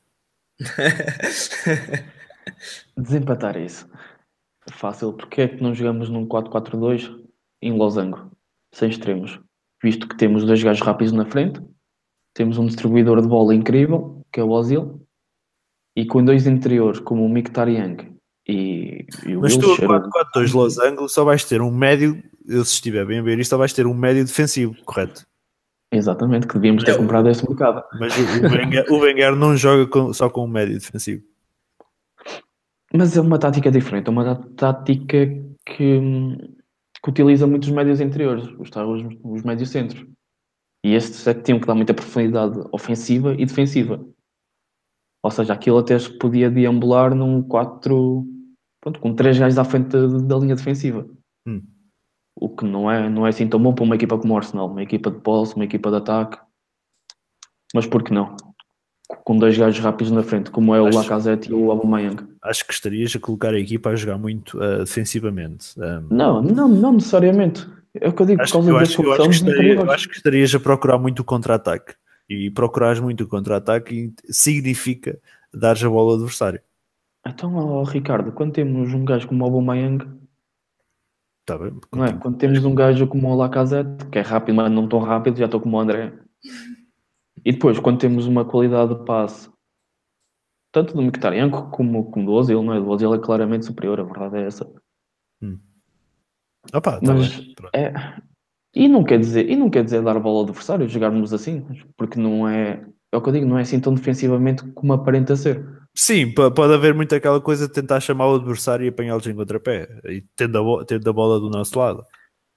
Desempatar isso. Fácil. Porque é que não jogamos num 4-4-2 em losango, sem extremos? Visto que temos dois gajos rápidos na frente, temos um distribuidor de bola incrível, que é o Ozil, e com dois interiores, como o Mkhitaryan e o Mas tu, Wilshere. 4-4-2 losango, só vais ter um médio, se estiver bem a ver isto, só vais ter um médio defensivo, correto? Exatamente, que devíamos ter comprado esse mercado. Mas o Wenger não joga só com um médio defensivo. Mas é uma tática diferente, é uma tática que utiliza muitos médios interiores, os médios centros. E estes é que tinham que dar muita profundidade ofensiva e defensiva. Ou seja, aquilo até se podia deambular num 4, pronto, com 3 gajos à frente da linha defensiva. Hum. O que não é assim tão bom para uma equipa como o Arsenal, uma equipa de posse, uma equipa de ataque. Mas por que não? Com 2 gajos rápidos na frente, como é o Lacazette e o Aubameyang. Acho que estarias a colocar a equipa a jogar muito defensivamente. Não necessariamente. É o que eu digo, por causa eu da acho função que dos interiores. acho que estarias a procurar muito o contra-ataque. E procurares muito o contra-ataque significa dares a bola ao adversário. Então, Ricardo, quando temos um gajo como o Aubameyang, Tá bem? não é? Quando temos um gajo como o Lacazette, que é rápido, mas não tão rápido, já estou como o André. E depois, quando temos uma qualidade de passe, tanto do Mkhitaryan como do Ozil, não é? O Ozil é claramente superior, a verdade é essa. Opa, tá Mas bem. Pronto. e não quer dizer dar a bola ao adversário, jogarmos assim, porque não é o que eu digo, não é assim tão defensivamente como aparenta ser. Sim, pode haver muito aquela coisa de tentar chamar o adversário e apanhá-los em contrapé e tendo a bola do nosso lado.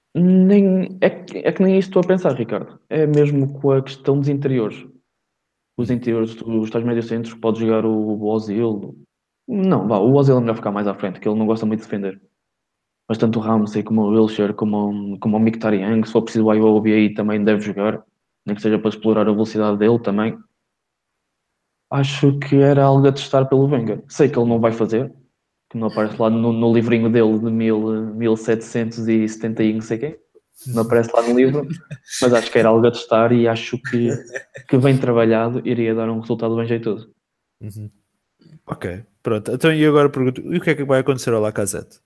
É que nem isso estou a pensar, Ricardo. É mesmo com a questão dos interiores. Os interiores dos tais médios centros, pode jogar o Ozil. Não, vá, o Ozil é melhor ficar mais à frente, que ele não gosta muito de defender. Mas tanto o Ramsey como o Wilshere, como o Mkhitaryan, se for preciso o Iwobi aí também deve jogar, nem que seja para explorar a velocidade dele também. Acho que era algo a testar pelo Wenger. Sei que ele não vai fazer, que não aparece lá no livrinho dele de 1770 e não sei quem. Não aparece lá no livro, mas acho que era algo a testar e acho que bem trabalhado iria dar um resultado bem jeitoso. Uhum. Ok, pronto. Então, e agora pergunto, e o que é que vai acontecer ao Lacazette?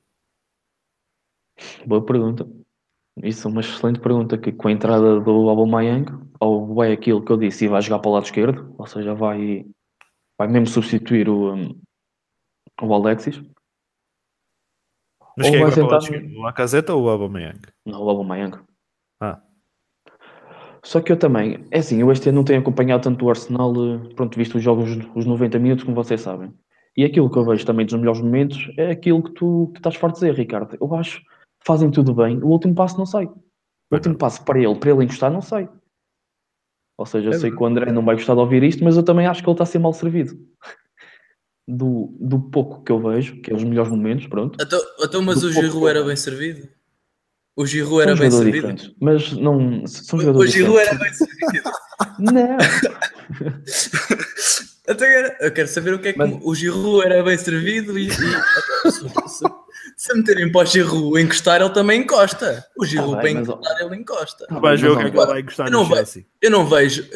Boa pergunta. Isso é uma excelente pergunta, que com a entrada do Aubameyang, ou é aquilo que eu disse, e vai jogar para o lado esquerdo, ou seja, vai mesmo substituir o Alexis, Mas ou quem é que vai vai para o lado sentar esquerdo? O Lacazette ou o Aubameyang? no Aubameyang. Ah, Só que eu também, é assim, eu este ano não tenho acompanhado tanto o Arsenal, pronto, visto os jogos, os 90 minutos, como vocês sabem. E aquilo que eu vejo também dos melhores momentos é aquilo que tu estás farto de dizer, Ricardo. Eu acho que fazem tudo bem, o último passo não sai. O último passo para ele encostar, não sai. Ou seja, eu sei que o André não vai gostar de ouvir isto, mas eu também acho que ele está a ser mal servido. Do pouco que eu vejo, que é os melhores momentos, pronto. Então, mas o Giroud era bem servido? O Giroud São era bem jogadores servido? diferentes, mas não são O jogadores Giroud era diferentes. bem servido? Não. Eu quero saber o que é que o Giroud era bem servido e se meterem para o Giroud encostar, ele também encosta. O Giroud para encostar, ele encosta. vais ver o que é que ele vai encostar no Chelsea. Eu não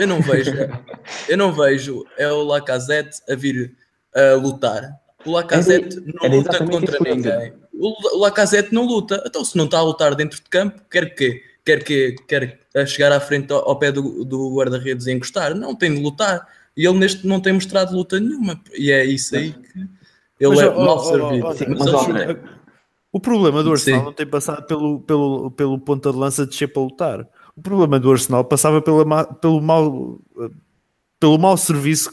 vejo é o Lacazette a vir a lutar. O Lacazette não luta contra ninguém. O Lacazette não luta. Então, se não está a lutar dentro de campo, quer chegar à frente ao pé do guarda-redes e encostar? Não, tem de lutar. E ele não tem mostrado luta nenhuma. E é isso aí que ele é mal servido. O problema do Arsenal não tem passado pelo ponta de lança de descer para lutar. O problema do Arsenal passava pelo mau serviço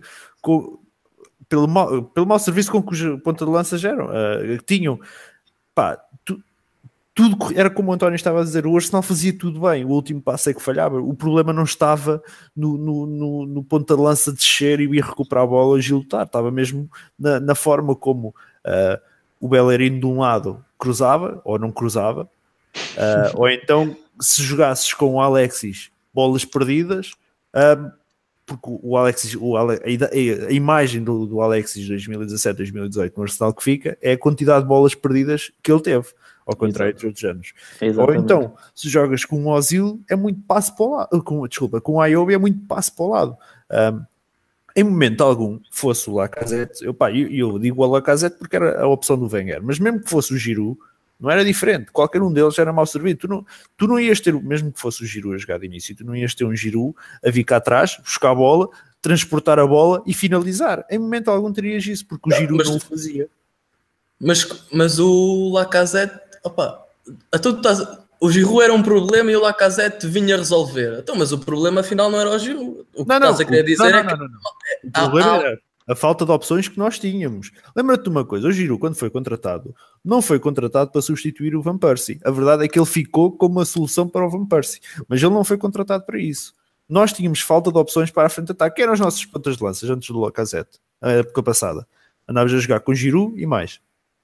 pelo mau serviço com que os ponta de lança geram. Tinham, pá, tudo era como o António estava a dizer, o Arsenal fazia tudo bem, o último passo é que falhava. O problema não estava no ponta de lança descer e ir recuperar a bola e lutar, estava mesmo na forma como o Bellerin de um lado cruzava ou não cruzava, ou então se jogasses com o Alexis bolas perdidas, porque o Alexis, a imagem do Alexis 2017-2018 no Arsenal que fica é a quantidade de bolas perdidas que ele teve, ao contrário de outros anos. Exatamente. Ou então, se jogas com o Ozil, é muito passo para o lado, com o Iwobi é muito passo para o lado. Em momento algum, fosse o Lacazette, eu digo o Lacazette porque era a opção do Wenger, mas mesmo que fosse o Giroud, não era diferente, qualquer um deles era mal servido. Tu não ias ter, mesmo que fosse o Giroud a jogar de início, tu não ias ter um Giroud a vir cá atrás, buscar a bola, transportar a bola e finalizar. Em momento algum terias isso, porque o Giroud não o fazia. Mas o Lacazette, o Giroud era um problema e o Lacazette vinha resolver. Então, mas o problema afinal não era o Giroud. O que estás a querer dizer é que... O problema era... A falta de opções que nós tínhamos. Lembra-te de uma coisa, o Giroud, quando foi contratado, não foi contratado para substituir o Van Persie. A verdade é que ele ficou como uma solução para o Van Persie, mas ele não foi contratado para isso. Nós tínhamos falta de opções para a frente de ataque. Quem eram os nossos pontas de lança antes do Lacazette, a época passada? Andavas a jogar com Giroud e mais.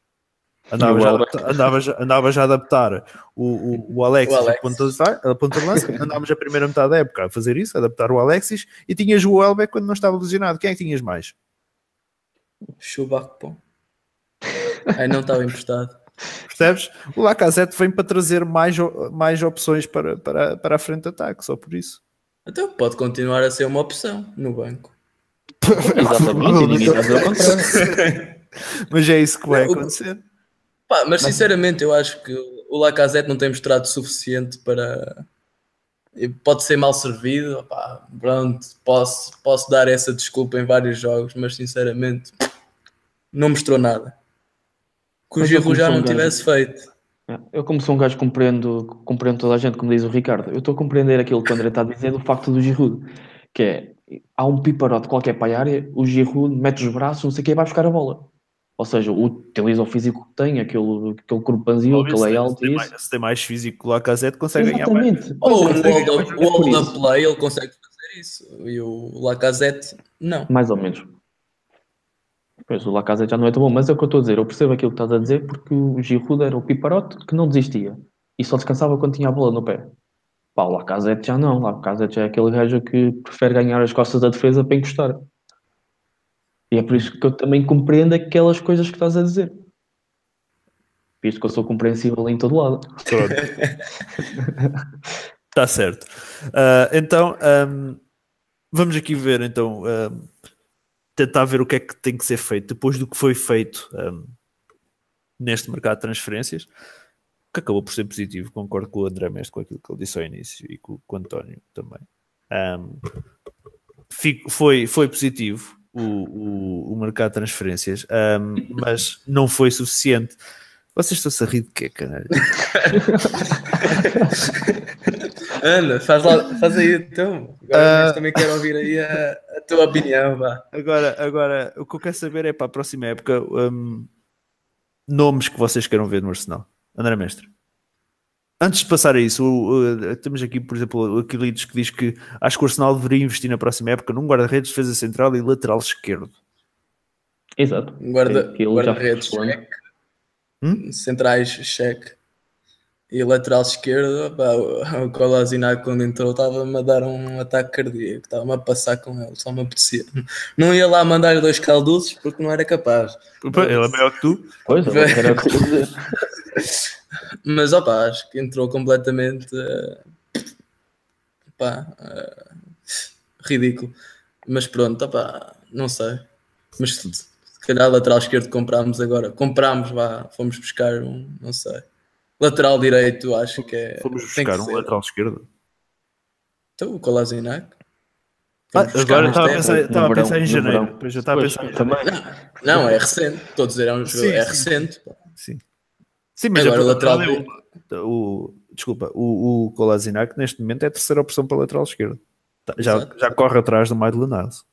Andavas a adaptar o Alexis a ponta de lança. Andámos a primeira metade da época a fazer isso, a adaptar o Alexis, e tinhas o Welbeck quando não estava lesionado. Quem é que tinhas mais? Chubacopom. Aí não estava emprestado. Percebes? O Lacazette vem para trazer mais opções para a frente de ataque, só por isso. Então pode continuar a ser uma opção no banco. Exatamente, e ninguém está a dizer o contrário. Mas é isso que vai acontecer. Pá, mas sinceramente eu acho que o Lacazette não tem mostrado suficiente para... Pode ser mal servido, pá, pronto, posso dar essa desculpa em vários jogos, mas sinceramente não mostrou nada que o Giroud já não tivesse feito. Eu, como sou um gajo que compreendo toda a gente, como diz o Ricardo, eu estou a compreender aquilo que o André está a dizer do facto do Giroud, que é, há um piparote qualquer para a área, o Giroud mete os braços, não sei o que, vai buscar a bola. Ou seja, utiliza o físico que tem, aquele corpanzil, aquele é alto e isso. Se tem mais físico que o Lacazette, consegue ganhar mais. Exatamente. Ou o hold up play, ele consegue fazer isso, e o Lacazette não. Mais ou menos. Pois, o Lacazette já não é tão bom, mas é o que eu estou a dizer. Eu percebo aquilo que estás a dizer, porque o Giroud era o piparote que não desistia. E só descansava quando tinha a bola no pé. Pá, o Lacazette já não. O Lacazette já é aquele gajo que prefere ganhar as costas da defesa para encostar. E é por isso que eu também compreendo aquelas coisas que estás a dizer. Visto que eu sou compreensível em todo lado. Está certo. Então, vamos aqui ver, então, tentar ver o que é que tem que ser feito depois do que foi feito neste mercado de transferências, que acabou por ser positivo. Concordo com o André Mestre, com aquilo que ele disse ao início e com o António também. Foi positivo o mercado de transferências, mas não foi suficiente. Vocês estão-se a rir de quê, caralho? Ana, faz aí então. Agora também quero ouvir aí a tua opinião, vá. Agora, o que eu quero saber é para a próxima época nomes que vocês queiram ver no Arsenal. André Mestre. Antes de passar a isso, temos aqui, por exemplo, o Aquilides que diz que acho que o Arsenal deveria investir na próxima época num guarda-redes, defesa central e lateral esquerdo. Exato. Guarda-redes, cheque. Centrais, cheque. E lateral esquerdo, pá, o Kolasinac quando entrou estava-me a dar um ataque cardíaco, estava-me a passar com ele, só me apetecia. Não ia lá mandar 2 calduços porque não era capaz. Ele é maior que tu. Pois, era o que eu ia dizer. Mas opa, acho que entrou completamente ridículo. Mas pronto, opa, não sei. Mas se calhar lateral esquerdo comprámos, fomos buscar não sei. Lateral direito, acho que é. Fomos buscar um lateral esquerdo. Então, o Kolasinac. Agora estava a pensar em janeiro. Depois eu estava a pensar também. Não, é recente. Estou a dizer, é um jogo, é recente. Sim, mas agora o lateral. O Kolasinac neste momento é a terceira opção para lateral esquerdo. Já corre atrás do Maidlenaz.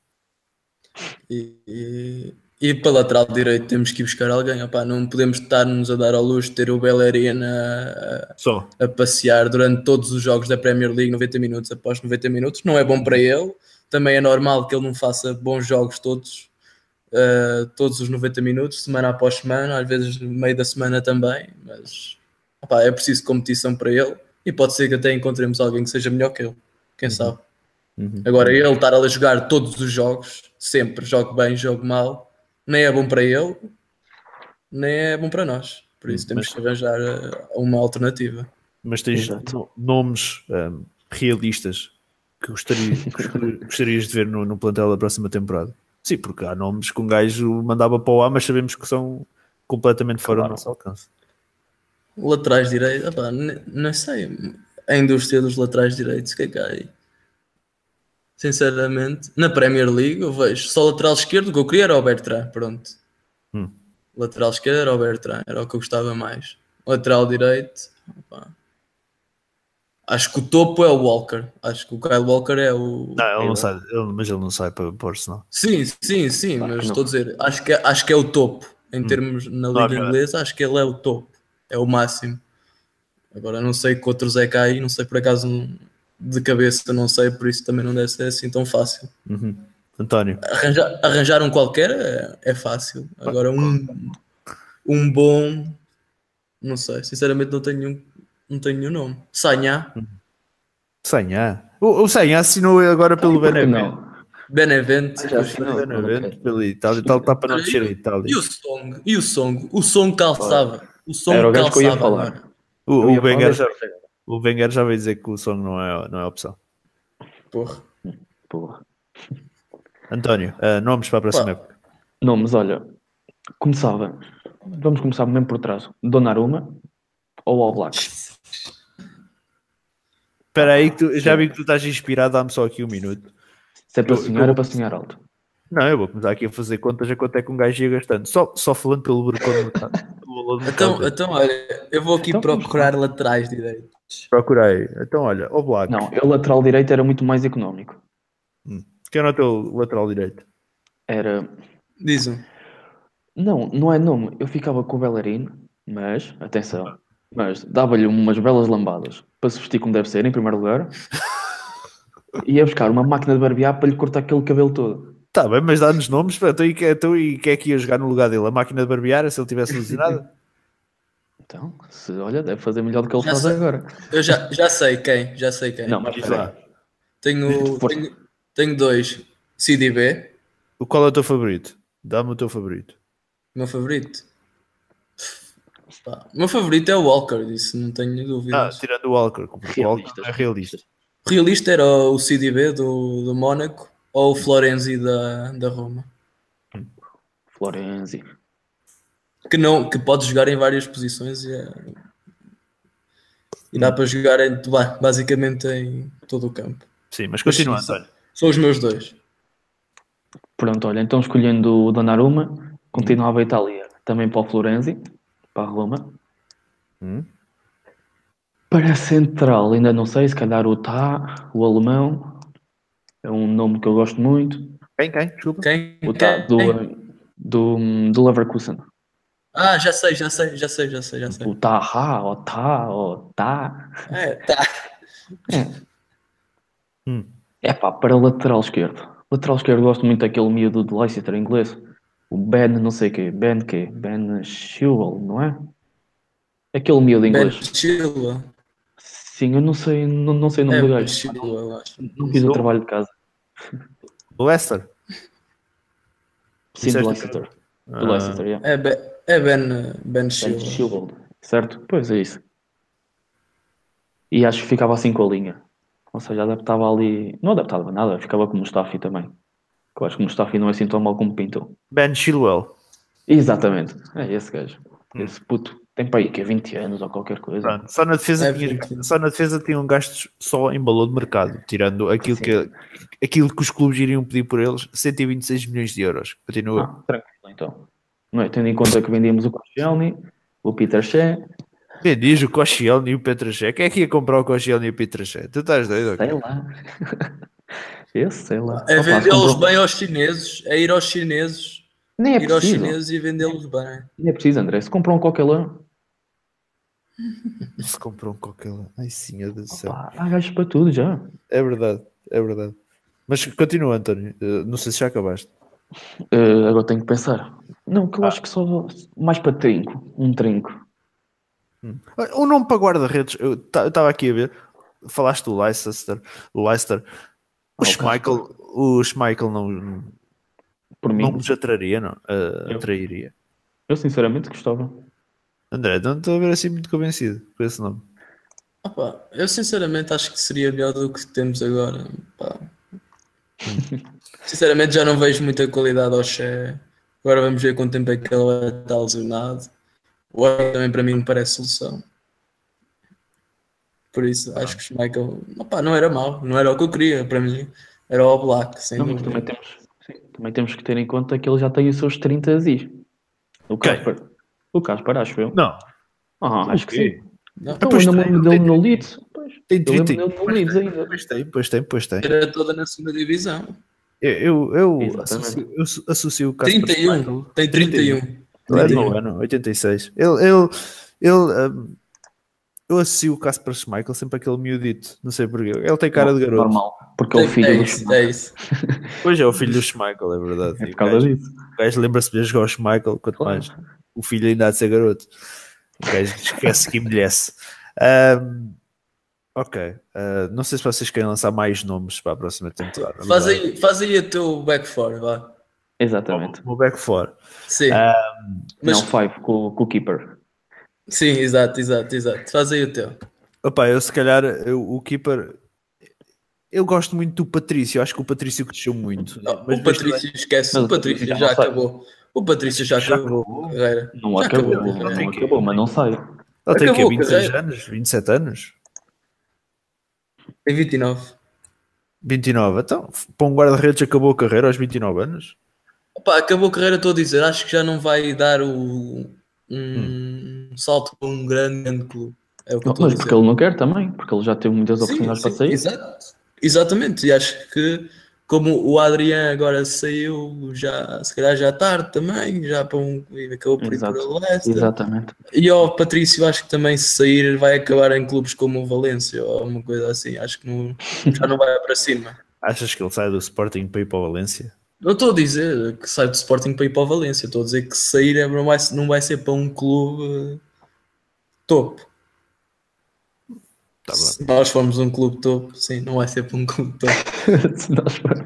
E para lateral direito temos que ir buscar alguém. Opa, não podemos estar-nos a dar ao luxo de ter o Bellerin a passear durante todos os jogos da Premier League 90 minutos após 90 minutos. Não é bom para ele. Também é normal que ele não faça bons jogos todos os 90 minutos, semana após semana, às vezes no meio da semana também. Mas opa, é preciso competição para ele e pode ser que até encontremos alguém que seja melhor que ele. Quem sabe? Agora, ele estar a jogar todos os jogos, sempre, jogue bem, jogue mal, nem é bom para ele, nem é bom para nós. Por isso temos que arranjar uma alternativa. Mas tens nomes realistas que gostarias de ver no plantel da próxima temporada? Sim, porque há nomes que um gajo mandava para o ar, mas sabemos que são completamente fora do nosso alcance. Laterais direitos, não sei. A indústria dos laterais direitos, o que é que há aí? Sinceramente, na Premier League eu vejo só lateral esquerdo, o que eu queria era o Bertrand, pronto. Lateral esquerdo era o Bertrand, era o que eu gostava mais. Lateral direito, Acho que o topo é o Walker. Acho que o Kyle Walker é o. Não, ele não sai, mas ele não sai para o Arsenal. Sim, Claro mas que não. estou a dizer, acho que é o topo. Em termos na Não há Liga melhor. Inglesa, acho que ele é o topo. É o máximo. Agora não sei que outros é cá aí, não sei por acaso de cabeça, não sei, por isso também não deve ser assim tão fácil. António. Arranjar um qualquer é fácil. Agora um bom, não sei, sinceramente não tenho nenhum nome. Sanha, Sanha. O Sanha assinou agora pelo Por que Benevento. não? Benevento. Já assinou. Benevento, pela Itália. Tal está para não descer a Itália. E o Song? E o Song? O Song calçava. O Song Era o gajo que eu ia calçava falar. agora. O Eu ia falar Wenger desse já, gajo agora. o Wenger já vai dizer que o Song não é opção. Porra. Porra. António, nomes para a próxima Pá. época. Nomes, olha, vamos começar mesmo por trás. Donnarumma ou All Black? Espera aí, que já vi que tu estás inspirado, dá-me só aqui um minuto. Se é para Eu sonhar, vou- é para sonhar alto. Não, eu vou começar aqui a fazer contas a quanto é que um gajo ia gastando. Só falando pelo mercado de mercado. Pelo valor do mercado dele. Então, olha, eu vou aqui Então, vamos procurar laterais direitos. Procurei. Então, olha, o Black. Não, eu lateral direito era muito mais económico. Quem era o teu lateral direito? Era... Diz um. Não é nome. Eu ficava com o Bellerin, mas, atenção, mas dava-lhe umas belas lambadas para se vestir como deve ser, em primeiro lugar. E ia buscar uma máquina de barbear para lhe cortar aquele cabelo todo. Tá bem, mas dá-nos nomes. Pá, então, e quem é que ia jogar no lugar dele? A máquina de barbear, se ele tivesse lesionado? Então, olha, deve fazer melhor do que ele Já faz sei. agora. Eu já sei quem. Já sei quem. Não, mas Diz espera lá. aí. Tenho dois. CDB, Qual é o teu favorito? Dá-me o teu favorito. meu favorito. Pá, o meu favorito é o Walker, isso não tenho dúvidas. Tirando o Walker, porque o Walker Realistas. não é realista. Realista era o CDB do Mónaco ou o Florenzi da Roma. Florenzi. Que pode jogar em várias posições e dá para jogar basicamente em todo o campo. Sim, mas continua, Mas sim, António. são os meus dois. Pronto, olha, então escolhendo o Donnarumma, continuava a Itália também para o Florenzi, para a Roma. Para a central, ainda não sei, se calhar o alemão, é um nome que eu gosto muito. Quem? Desculpa. Quem? O Tá do Leverkusen. Ah, já sei. O Taha, ou Tá. Tá. É pá, para lateral esquerdo. Lateral esquerdo gosto muito daquele miúdo de Leicester em inglês. O Ben, não sei quê. Ben Chilwell, não é? Aquele miúdo em Ben inglês. Chilwell. Sim, eu não sei o nome do Ben gajo. Chilwell, eu acho. Não fiz o trabalho de casa. O Leicester. Sim, do Disseste Leicester. Do Leicester, yeah. É Ben Ben Chilwell. Chilwell, certo? Pois é isso. E acho que ficava assim com a linha. Ou seja, adaptava ali... Não adaptava nada, ficava com o Mustafi também. Eu acho que o Mustafi não é assim tão mal como pintou. Ben Chilwell. Exatamente. É esse gajo. Esse puto. Tem para aí que é 20 anos ou qualquer coisa. Pronto, só na defesa É tinha, 20. só na defesa tinham gastos só em valor de mercado, tirando aquilo que os clubes iriam pedir por eles, 126 milhões de euros. Continua. Tranquilo então. Não é? Tendo em conta que vendíamos o Koscielny, o Peter Shea, Diz o Koscielny e o Petracek. Quem é que ia comprar o Koscielny e o Petracek? Tu estás doido? sei ok? lá. Eu sei lá. É Opa, vendê-los comprou- bem aos chineses. É ir aos chineses. Nem é Ir aos preciso. chineses e vendê-los bem. Nem é preciso, André. Se compram um qualquer lá, Se comprou um qualquer lá. Ai, senhor do céu. pá, há gajos para tudo já. É verdade. Mas continua, António. Não sei se já acabaste. Agora tenho que pensar. Não, que eu acho que só mais para trinco. Um trinco. O nome para guarda-redes, eu estava aqui a ver. Falaste do Leicester. O Schmeichel não Por mim, nos atraria, não? Atrairia. eu sinceramente gostava. André, não estou a ver assim muito convencido com esse nome. Opa, eu sinceramente acho que seria melhor do que temos agora. Pá. Sinceramente já não vejo muita qualidade ao Che. Agora vamos ver quanto tempo é que ele vai estar lesionado. O Arthur também para mim me parece solução. Por isso acho que o Schmeichel não era mau, não era o que eu queria para mim. Era o Black, sem Não, mas dúvida. também temos que ter em conta que ele já tem os seus 30 e o Quem? Casper. O Casper, acho eu. Não. Acho que sim. Não. Então Pois ainda me tem, lembro dele no Leeds. Tem Eu lembro 31. dele no Leeds ainda. Pois tem. Era toda na segunda divisão. Eu Exatamente. associo o Kasper 31. Schmeichel. Tem 31. Ele é do meu ano, 86. Eu associo o Kasper Schmeichel sempre aquele miudito. Não sei porquê. Ele tem cara de garoto. Normal, porque é o filho do isso, Schumacher. é isso. Pois é, o filho do Schmeichel, é verdade. É E por causa o disso. gajo lembra-se de jogar o Schmeichel, quanto Claro. mais o filho ainda há de ser garoto. O gajo esquece que envelhece. Ok. Não sei se vocês querem lançar mais nomes para a próxima temporada. Faz aí o teu back four, vá. Exatamente. O back four. Sim. Mas, Não, 5 com o keeper. sim, exato. Faz aí o teu. Opa, eu se calhar, o keeper... Eu gosto muito do Patrício. Acho que o Patrício cresceu muito. O Patrício esquece. Mas O Patrício já não sai. acabou. O Patrício já acabou a carreira. Não Já acabou, a carreira. não acabou, mas não sai. Ele tem o quê? Acabou a 26 carreira. anos? 27 anos? Tem 29. 29. Então, para um guarda-redes acabou a carreira aos 29 anos? Opa, acabou a carreira, estou a dizer. Acho que já não vai dar um salto para um grande clube. É o que eu estou a Mas dizer. porque ele não quer também, porque ele já teve muitas oportunidades para sair. Exatamente. E acho que como o Adriano agora saiu, já, se calhar já tarde também, já para acabou por ir para o Leicester. Exatamente. E ao Patrício, acho que também se sair vai acabar em clubes como o Valência ou uma coisa assim. Acho que já não vai para cima. Achas que ele sai do Sporting para ir para o Valência? Não estou a dizer que sai do Sporting para ir para o Valência. Estou a dizer que se sair não vai ser para um clube topo. Tá bem. Se nós formos um clube topo, sim, não vai ser para um clube topo. Se nós for-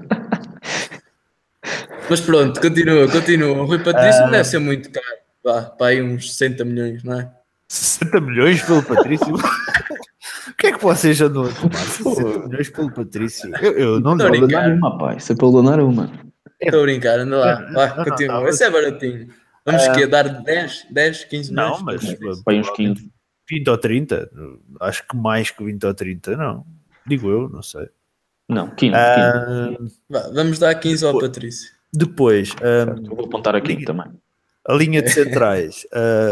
Mas pronto, continua. O Rui Patrício não deve ser muito caro. Vá, para aí uns 60 milhões, não é? 60 milhões pelo Patrício? O que é que vocês andam a tomar? 60 milhões pelo Patrício? Eu não Tô lhe brincando. Donar uma, pai. Se é para ele donar uma. Estou a brincar, anda lá. Vá, Não, continua. não, Esse é baratinho. Vamos dar 10, 15 milhões? Não, mas Para uns 15. 20 ou 30? Acho que mais que 20 ou 30, não. Digo eu, não sei. Não, 15. Vá, vamos dar 15 ao Patrício. Depois, Eu vou apontar aqui também. a linha de centrais.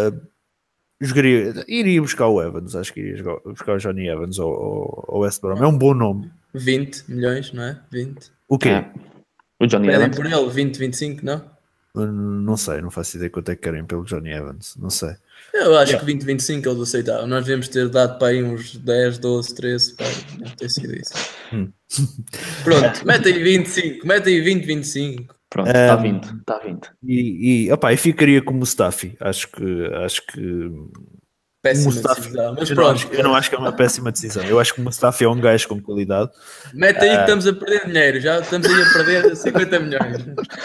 Iria buscar o Evans. Acho que iria buscar o Johnny Evans ou West Brom. É um bom nome. 20 milhões, não é? 20. O quê? É. O Johnny Pedem Evans. por ele 20, 25, não? Não sei, não faço ideia quanto é que querem pelo Johnny Evans. Não sei. Eu acho que 20, 25 eles aceitavam. Nós devíamos ter dado para aí uns 10, 12, 13. Pá, deve ter sido isso. Pronto, mete aí 25. Mete aí 20, 25. Pronto, está 20. Está 20. E ficaria com o Mustafi. Acho que Péssima Mustafi, decisão. Mas eu não pronto. acho- eu não acho que é uma péssima decisão. Eu acho que o Mustafi é um gajo com qualidade. Mete aí que estamos a perder dinheiro. Já estamos aí a perder 50 milhões.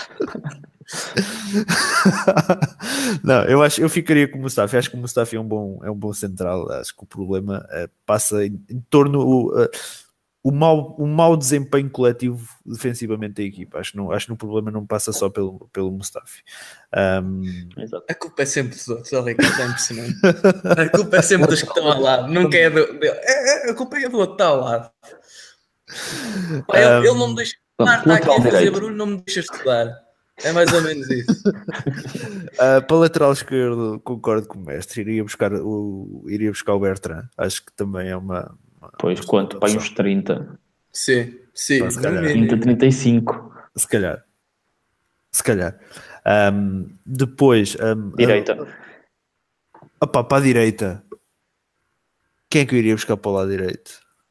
Não, eu ficaria com o Mustafi. Acho que o Mustafi é um bom central. Acho que o problema passa em torno o mau desempenho coletivo defensivamente da equipa. Acho que o problema não passa só pelo Mustafi. Exato. A culpa é sempre dos outros, olha, Ricardo, é impressionante. A culpa é sempre dos que estão ao lado, nunca é dele. A culpa é do outro que está ao lado. Pá, ele não me deixa estudar, está aqui a fazer barulho, não me deixa estudar. É mais ou menos isso. Para lateral esquerdo, concordo com o mestre. Iria buscar o Bertrand. Acho que também é uma Pois, quanto? Para uns 30. Sim, Pá, se calhar. no mínimo. 30, 35. Se calhar. Depois, Direita. para a direita, quem é que eu iria buscar para o lado direito?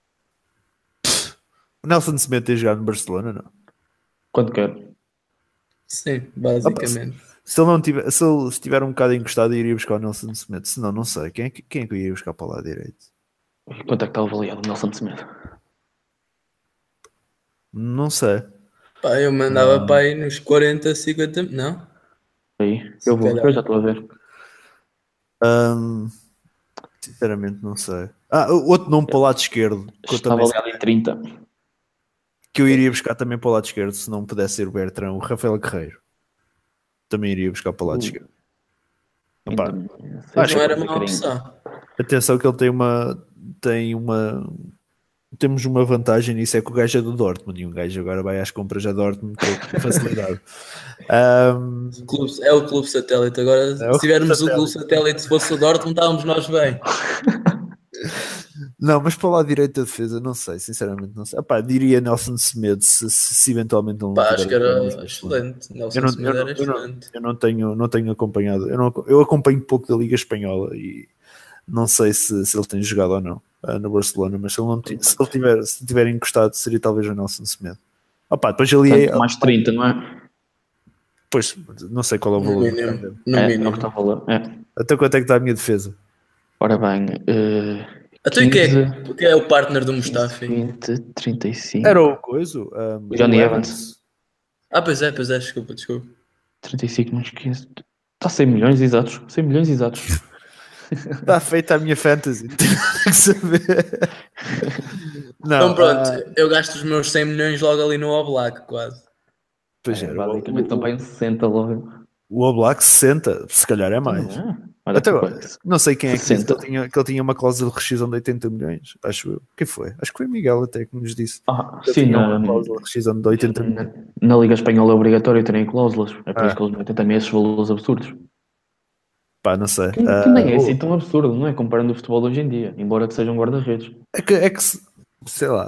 O Nelson Semedo tem jogado no Barcelona, não? Quanto quer? Sim, basicamente. Se ele estiver um bocado encostado, eu iria buscar o Nelson Semedo. Se não sei. Quem é que eu iria buscar para o lado direito? Quanto é que está avaliado o Nelson Semedo? Não sei. Pá, eu mandava para aí nos 40, 50, não? Aí, Se eu calhar. já estou a ver. Sinceramente, não sei. Outro nome para o lado esquerdo. Que eu Está também avaliado em 30. que eu iria buscar também para o lado esquerdo, se não pudesse ser o Bertrand, o Rafael Guerreiro. Também iria buscar para o lado esquerdo. Opa, Não era uma opção. atenção que ele temos uma vantagem nisso, é que o gajo é do Dortmund e um gajo agora vai às compras a Dortmund com facilidade. É o clube satélite. Agora, se tivermos o clube satélite, se fosse o Dortmund, estávamos nós bem. Não, mas para o lado direito da defesa, não sei, sinceramente não sei. Epá, diria Nelson Semedo se eventualmente não Pá, tiver acho que os problemas era da Barcelona. excelente. Eu Nelson não, Semedo era excelente. eu não tenho acompanhado, eu acompanho pouco da Liga Espanhola e não sei se ele tem jogado ou não no Barcelona, mas se tiver encostado, seria talvez o Nelson Semedo. Opa, depois ele Portanto, mais 30, não é? Pois, não sei qual é o No valor do mínimo. mercado dele. No É o mínimo. que está a falar. É. Até quanto é que está a minha defesa? Ora bem, Então, e 15, quem é o partner do 15, Mustafi? 20, 35. Era o coiso, O Johnny o Evans. Ah, pois é, desculpa. 35 mais 15. Está 100 milhões exatos. 100 milhões exatos. Está feita a minha fantasy. Tenho que saber. Não, Então pronto, eu gasto os meus 100 milhões logo ali no Oblak, quase. pois É, era, basicamente também 60 logo. o Oblak 60, se calhar é Então, mais. não é? Olha Até aqui, agora, não sei quem é que disse 60. que ele tinha uma cláusula de rescisão de 80 milhões, acho eu. Quem foi? Acho que foi o Miguel até que nos disse que ele Sim, tinha uma cláusula de rescisão de 80 milhões. na Liga Espanhola é obrigatório terem cláusulas. É por isso Ah, que eles metem também esses valores absurdos. pá, não sei. Que nem é assim tão absurdo, não é? Comparando o futebol hoje em dia, embora que sejam guarda-redes. Sei lá.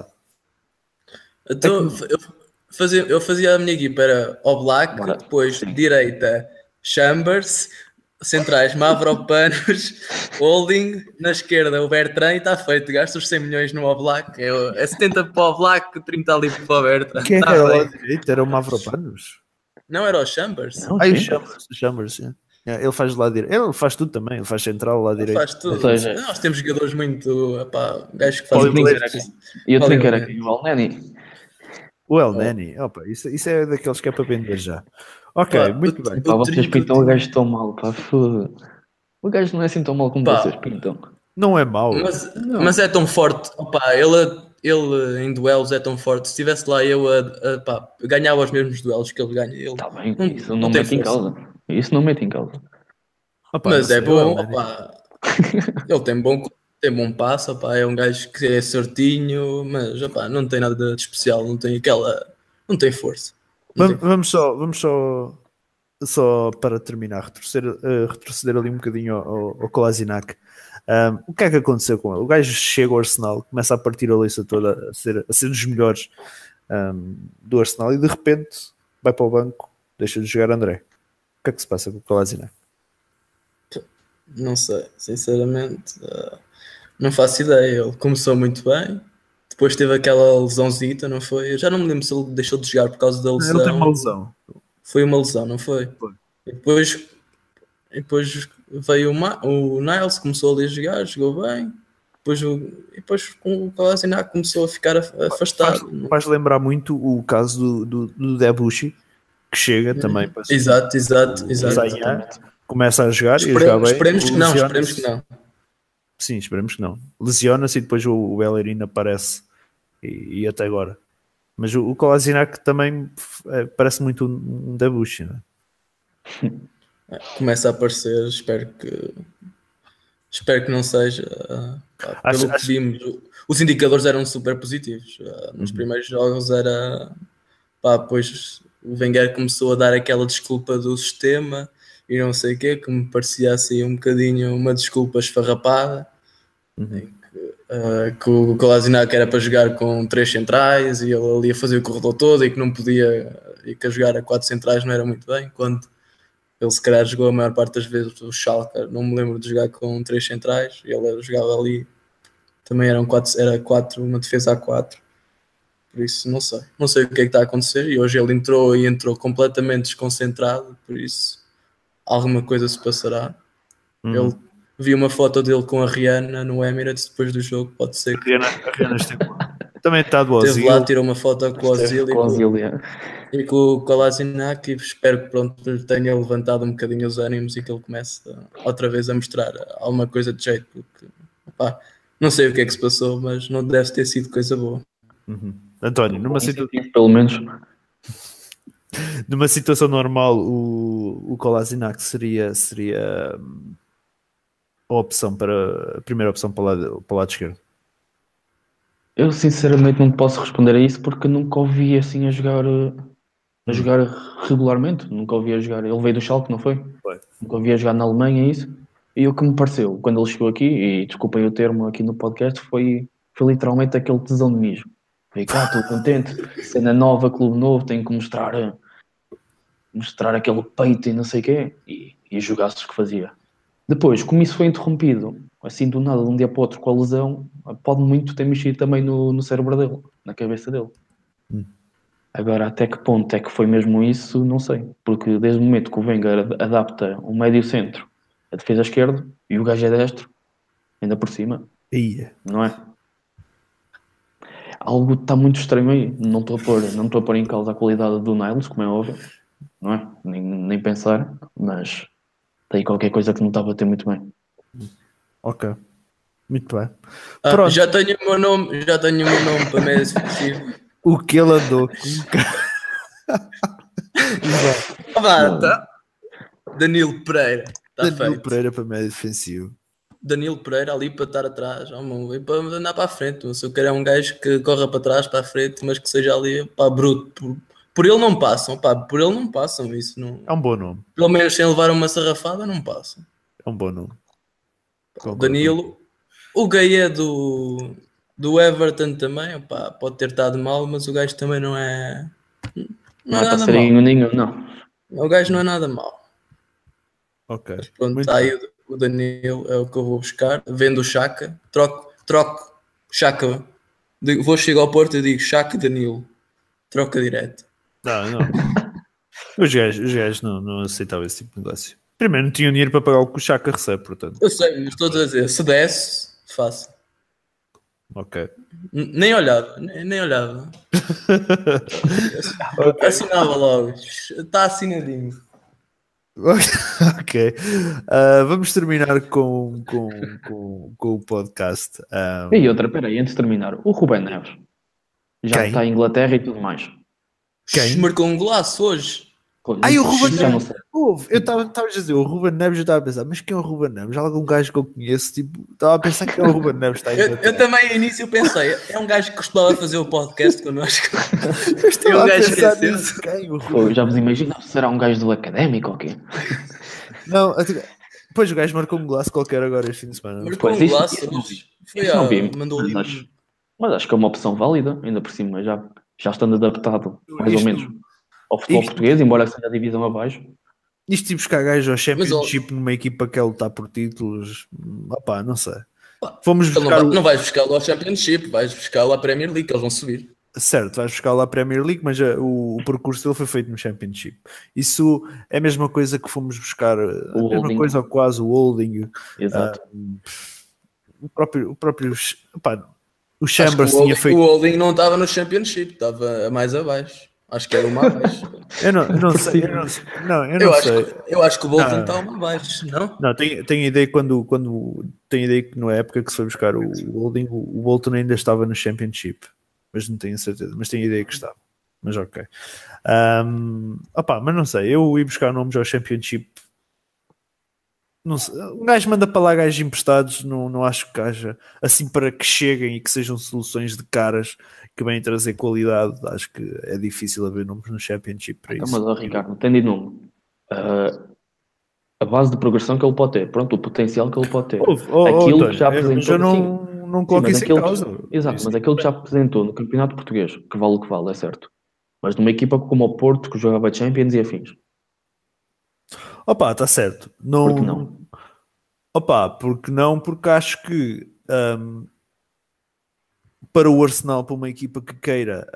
Então eu fazia a minha equipa, era Oblak, Ora, depois sim. direita Chambers, centrais Mavropanos, Holding, na esquerda o Bertrand e está feito. Gasto os 100 milhões no Oblak. É 70 para o Oblak, 30 ali para o Bertrand. Quem é que Tá era lá feito. direito? Era o Mavropanos? Não era o Chambers? Não, Ah, e o sim. Chambers, sim. Ele faz lá direito. Ele faz tudo também. Ele faz central lá Ele direito. faz tudo. Ou seja, Nós temos jogadores muito. Epá, gajos que E eu fazem tinha que era tudo. quem? E eu tinha que era Polivalente. quem? O Alneni. O El Neni. Opa, isso é daqueles que é para vender já. Ok, Pá, muito bem. Pá, o vocês trio que eu pintam o tinha- gajo tão mal, pá, foda. O gajo não é assim tão mal como Pá, vocês pintam. Não é mau. Mas é tão forte. Opa, ele em duelos é tão forte. Se estivesse lá eu pá, ganhava os mesmos duelos que ele ganha. Ele Está bem, não, isso não não tem mete em força. causa. Isso não mete em causa. Opa, não Mas é sei, o El bom, Neni. opa, ele tem bom passo, opa, é um gajo que é certinho, mas opa, não tem nada de especial, não tem força. Não tem força. Vamos só para terminar, retroceder ali um bocadinho ao Kolasinac. O que é que aconteceu com ele? O gajo chega ao Arsenal, começa a partir a liça toda, a ser dos melhores do Arsenal e de repente vai para o banco, deixa de jogar André. O que é que se passa com o Kolasinac? Não sei, sinceramente, não faço ideia. Ele começou muito bem, depois teve aquela lesãozita, não foi? Eu já não me lembro se ele deixou de jogar por causa da Ele tem uma lesão. lesão. Foi uma lesão, não foi? Foi. E depois veio o Niles, começou ali a jogar, jogou bem. Depois com o Kolasinac começou a ficar afastado. Faz lembrar muito o caso do Debuchy, que chega também para Exato. Zayn, começa a jogar e a jogar bem. Esperemos que não, Lesiona-se. esperemos que não. Sim, esperemos que não. Lesiona-se e depois o Bellerin aparece e até agora. Mas o Kolasinac também parece muito um Debuchy, não é? Começa a aparecer, espero que não seja. Pá, pelo que vimos, os indicadores eram super positivos. Nos primeiros jogos era. Pá, depois o Wenger começou a dar aquela desculpa do sistema e não sei o quê, que me parecia assim um bocadinho uma desculpa esfarrapada. Que o Kolasinac era para jogar com 3 centrais e ele ali ia fazer o corredor todo e que não podia, e que a jogar a 4 centrais não era muito bem, quando ele se calhar jogou a maior parte das vezes o Schalke, não me lembro de jogar com 3 centrais, e ele jogava ali, também era 4, uma defesa a 4, por isso não sei o que é que está a acontecer, e hoje ele entrou completamente desconcentrado, por isso alguma coisa se passará. Ele vi uma foto dele com a Rihanna no Emirates depois do jogo, pode ser que A Rihanna esteve lá. Também está do esteve Ozil. lá, tirou uma foto com o Ozil Com o Ozil, é. e com o Kolasinac, e espero que pronto lhe tenha levantado um bocadinho os ânimos e que ele comece outra vez a mostrar alguma coisa de jeito, porque opá, não sei o que é que se passou, mas não deve ter sido coisa boa. António, Pelo menos. numa situação normal o Kolasinac seria a primeira opção para o lado esquerdo. Eu sinceramente não te posso responder a isso porque nunca o vi assim a jogar regularmente. Nunca o vi a jogar. Ele veio do Schalke, não foi? Foi. Nunca o vi a jogar na Alemanha, é isso? E o que me pareceu, quando ele chegou aqui, e desculpem o termo aqui no podcast, foi literalmente aquele tesão de mijo. Falei, cá, estou contente, cena nova, clube novo, tenho que mostrar aquele peito e não sei o quê, e os jogaços que fazia. Depois, como isso foi interrompido, assim do nada, de um dia para o outro, com a lesão, pode muito ter mexido também no cérebro dele, na cabeça dele. Agora, até que ponto é que foi mesmo isso, não sei. Porque desde o momento que o Wenger adapta um médio-centro a defesa esquerda e o gajo é destro, ainda por cima, Ia. não é? Algo está muito estranho aí. Não estou a pôr em causa a qualidade do Niles, como é óbvio, não é? Nem pensar, mas tem qualquer coisa que não está a bater muito bem. Ok. Muito bem. Pronto. Já tenho o meu nome para médio defensivo. O que ele andou com Tá. Danilo Pereira. Está Danilo feito. Pereira para médio defensivo. Danilo Pereira ali para estar atrás, e para andar para a frente. Se eu quero é um gajo que corra para trás, para a frente, mas que seja ali, pá, bruto. Por ele não passam, pá, por ele não passam. Isso não... É um bom nome. Pelo menos sem levar uma sarrafada, não passam. É um bom nome. O Danilo, o Gaia do Everton também, pá, pode ter estado mal, mas o gajo também não é. Não é nada mal. Nenhum, não. O gajo não é nada mal. Ok. Mas pronto, Muito está aí o Danilo, é o que eu vou buscar. Vendo o Chaka, troco Chaka. Vou chegar ao Porto e digo Chaka Danilo. Troca direto. Não. Os gajos não aceitavam esse tipo de negócio. Primeiro, não tinham dinheiro para pagar o que o Chaka recebe, portanto. Eu sei, mas estou a dizer, se desse, faço. Ok. Nem olhava, nem olhava. Assinava logo. Está assinadinho. Ok. Vamos terminar com o podcast. E outra, peraí, antes de terminar, o Ruben Neves já Quem? está em Inglaterra e tudo mais. Quem? Marcou um golaço hoje. Ai, o Ruben Já não Neves. sei. Eu estava a dizer, o Ruben Neves, eu estava a pensar, mas quem é o Ruben Neves? Algum gajo que eu conheço, tipo, estava a pensar que é o Ruben Neves. Está aí. Eu também, no início, pensei, é um gajo que costumava fazer o podcast connosco. Eu estava um a gajo pensar esqueceu. nisso. Quem? O Ruben Pô, já vos imagino, será um gajo do académico ou quê? Não, depois o gajo marcou um golaço qualquer agora este fim de semana. Marcou Pois, um isso golaço não hoje. vi. Foi Isso não vi, mandou ali. mas acho que é uma opção válida, ainda por cima, já estando adaptado, mais ou menos, ao futebol português, embora seja a divisão abaixo. Isto de buscar gajos ao Championship numa equipa que ele está por títulos, opá, não sei. Fomos buscar Não vais buscá-lo ao Championship, vais buscá-lo à Premier League, que eles vão subir. Certo, vais buscar lá a Premier League, mas o percurso dele foi feito no Championship. Isso é a mesma coisa que fomos buscar, a mesma coisa ou quase o Holding. Exato. O próprio opá, o Chambers tinha feito. O Holding não estava no Championship, estava mais abaixo. Acho que era uma abaixo. Eu não sei. Eu acho que o Bolton está uma abaixo, não? Não, tenho ideia tenho ideia que na época que se foi buscar o Holding, o Bolton ainda estava no Championship, mas não tenho certeza, mas tenho ideia que estava. Mas ok. Mas não sei, eu ir buscar nomes ao Championship. Não sei, um gajo manda para lá gajos emprestados, não acho que haja assim para que cheguem e que sejam soluções de caras que vêm trazer qualidade. Acho que é difícil haver nomes no Championship para isso. Mas, Ricardo, tem de nome. A base de progressão que ele pode ter, pronto, o potencial que ele pode ter. Aquilo que já apresentou. Eu não coloco isso em causa. Exato, mas aquilo que já apresentou no Campeonato Português, que vale o que vale, é certo. Mas numa equipa como o Porto, que jogava Champions e afins. Opa, está certo. Porque não? Opa, porque não? Porque acho que para o Arsenal, para uma equipa que queira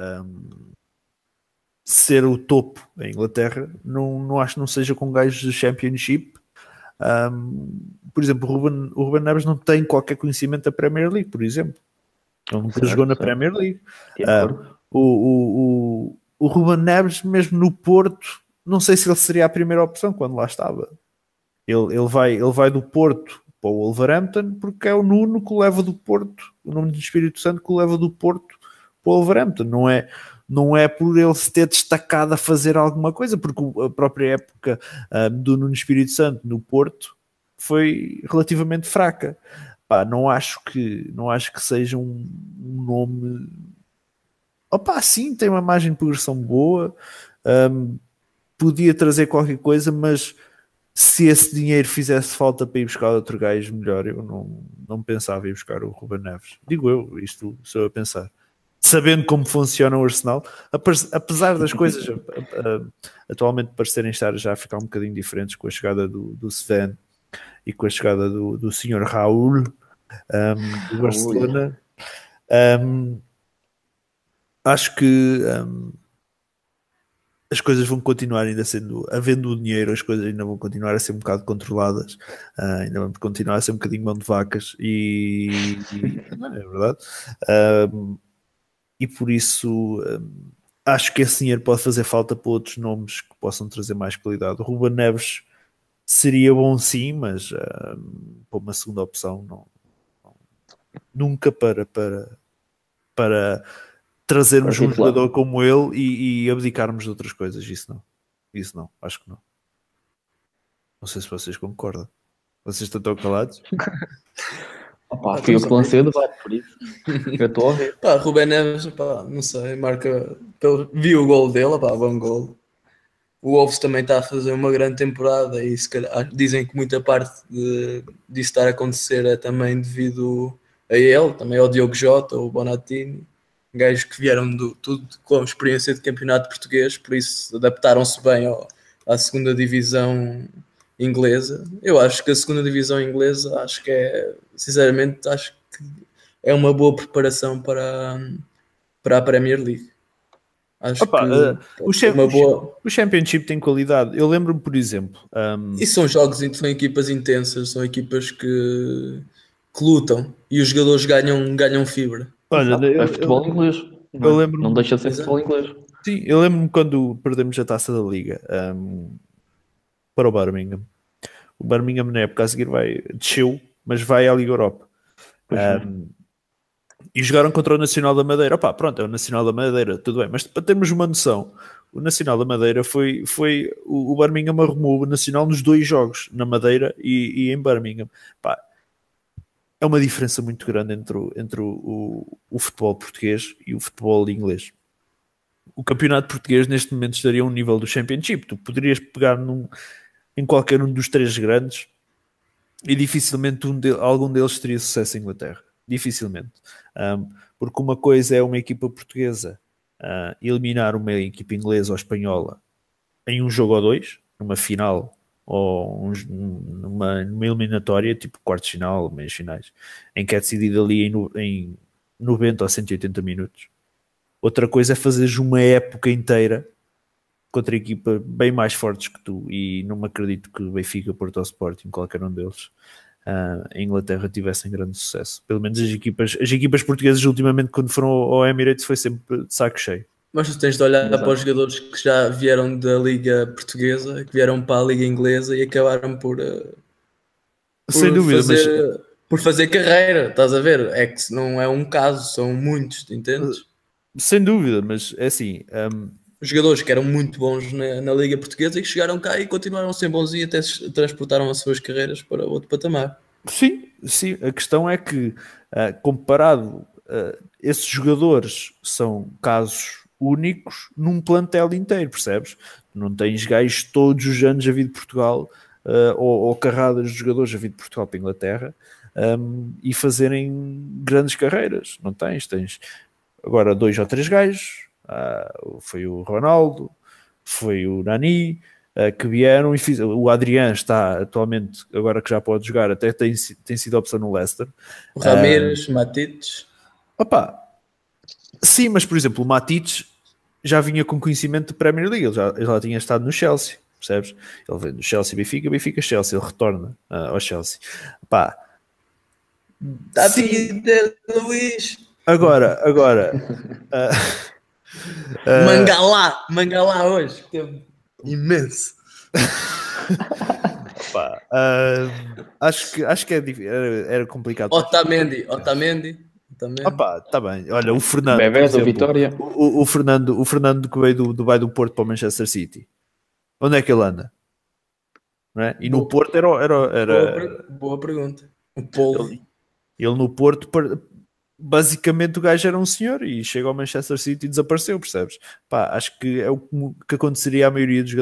ser o topo em Inglaterra, não acho que não seja com gajos de Championship. Por exemplo, o Ruben Neves não tem qualquer conhecimento da Premier League, por exemplo. Ele nunca jogou na Premier League. O Ruben Neves, mesmo no Porto, não sei se ele seria a primeira opção quando lá estava. Ele vai do Porto para o Wolverhampton porque é o Nuno que o leva do Porto, o nome do Espírito Santo que o leva do Porto para o Wolverhampton. Não é por ele se ter destacado a fazer alguma coisa, porque a própria época do Nuno Espírito Santo no Porto foi relativamente fraca. Não acho que seja um nome. Sim, tem uma margem de progressão boa, podia trazer qualquer coisa, mas se esse dinheiro fizesse falta para ir buscar outro gajo melhor, eu não pensava em buscar o Ruben Neves. Digo eu, isto sou eu a pensar. Sabendo como funciona o Arsenal, apesar das coisas atualmente parecerem estar já a ficar um bocadinho diferentes com a chegada do Sven e com a chegada do Sr. Raul do Barcelona, acho que as coisas vão continuar ainda sendo, havendo o dinheiro, as coisas ainda vão continuar a ser um bocado controladas, ainda vão continuar a ser um bocadinho mão de vacas não é verdade? E por isso acho que esse dinheiro pode fazer falta para outros nomes que possam trazer mais qualidade. O Ruben Neves seria bom sim, mas para uma segunda opção nunca para trazermos um jogador como ele e abdicarmos de outras coisas. Isso não, acho que não. Não sei se vocês concordam. Vocês estão tão calados? Fui eu que lancei o debate, por isso. Eu estou a ver. Ruben Neves, não sei, marca. Vi o gol dele, bom gol. O Wolves também está a fazer uma grande temporada e se calhar dizem que muita parte disso estar a acontecer é também devido a ele, também ao Diogo Jota, o Bonatini, gajos que vieram tudo com experiência de campeonato português, por isso adaptaram-se bem à segunda divisão inglesa. Eu acho que a segunda divisão inglesa, sinceramente, acho que é uma boa preparação para a Premier League. Acho que o Championship tem qualidade. Eu lembro-me, por exemplo... E são jogos em que são equipas intensas, são equipas que lutam e os jogadores ganham fibra. Olha, é futebol inglês. Não deixa de ser futebol inglês. Sim, eu lembro-me quando perdemos a Taça da Liga para o Birmingham. O Birmingham na época a seguir desceu, mas vai à Liga Europa. E jogaram contra o Nacional da Madeira. Pronto, é o Nacional da Madeira, tudo bem. Mas para termos uma noção, o Nacional da Madeira o Birmingham arrumou o Nacional nos 2 jogos, na Madeira e em Birmingham. É uma diferença muito grande entre o futebol português e o futebol inglês. O campeonato português neste momento estaria a um nível do Championship. Tu poderias pegar em qualquer um dos 3 grandes e dificilmente algum deles teria sucesso em Inglaterra. Dificilmente. Porque uma coisa é uma equipa portuguesa eliminar uma equipa inglesa ou espanhola em um jogo ou 2, numa final ou numa eliminatória, tipo quartos de final, meias finais, em que é decidido ali em 90 ou 180 minutos. Outra coisa é fazeres uma época inteira contra equipa bem mais fortes que tu, e não me acredito que o Benfica, Porto ou Sporting, qualquer um deles, em Inglaterra tivessem grande sucesso. Pelo menos as equipas portuguesas ultimamente, quando foram ao Emirates, foi sempre de saco cheio. Mas tu tens de olhar para os jogadores que já vieram da Liga Portuguesa, que vieram para a Liga Inglesa e acabaram sem dúvida, por fazer carreira, estás a ver? É que não é um caso, são muitos, entendes? Sem dúvida, mas é assim... Jogadores que eram muito bons na Liga Portuguesa e que chegaram cá e continuaram a ser bons e até transportaram as suas carreiras para outro patamar. Sim, a questão é que comparado, esses jogadores são casos únicos num plantel inteiro, percebes? Não tens gajos todos os anos a vir de Portugal ou carradas de jogadores a vir de Portugal para a Inglaterra e fazerem grandes carreiras. Não tens agora 2 ou 3 gajos. Foi o Ronaldo, foi o Nani, que vieram e o Adriano está atualmente, agora que já pode jogar, até tem sido opção no Leicester. O Ramires, Matites. Sim, mas por exemplo, o Matites já vinha com conhecimento de Premier League, ele já tinha estado no Chelsea, percebes? Ele veio do Chelsea, Benfica, Chelsea, ele retorna ao Chelsea. Luís. Agora Mangalá hoje, teve imenso. Acho que era complicado. Otamendi. Tá bem. Olha, o Fernando, Bebés, o Vitória. o Fernando que veio do Porto para o Manchester City. Onde é que ele anda? Não é? E no Porto era... Boa pergunta. O Paulo. Ele no Porto, basicamente o gajo era um senhor e chega ao Manchester City e desapareceu, percebes? Acho que é o que aconteceria à maioria dos jogadores que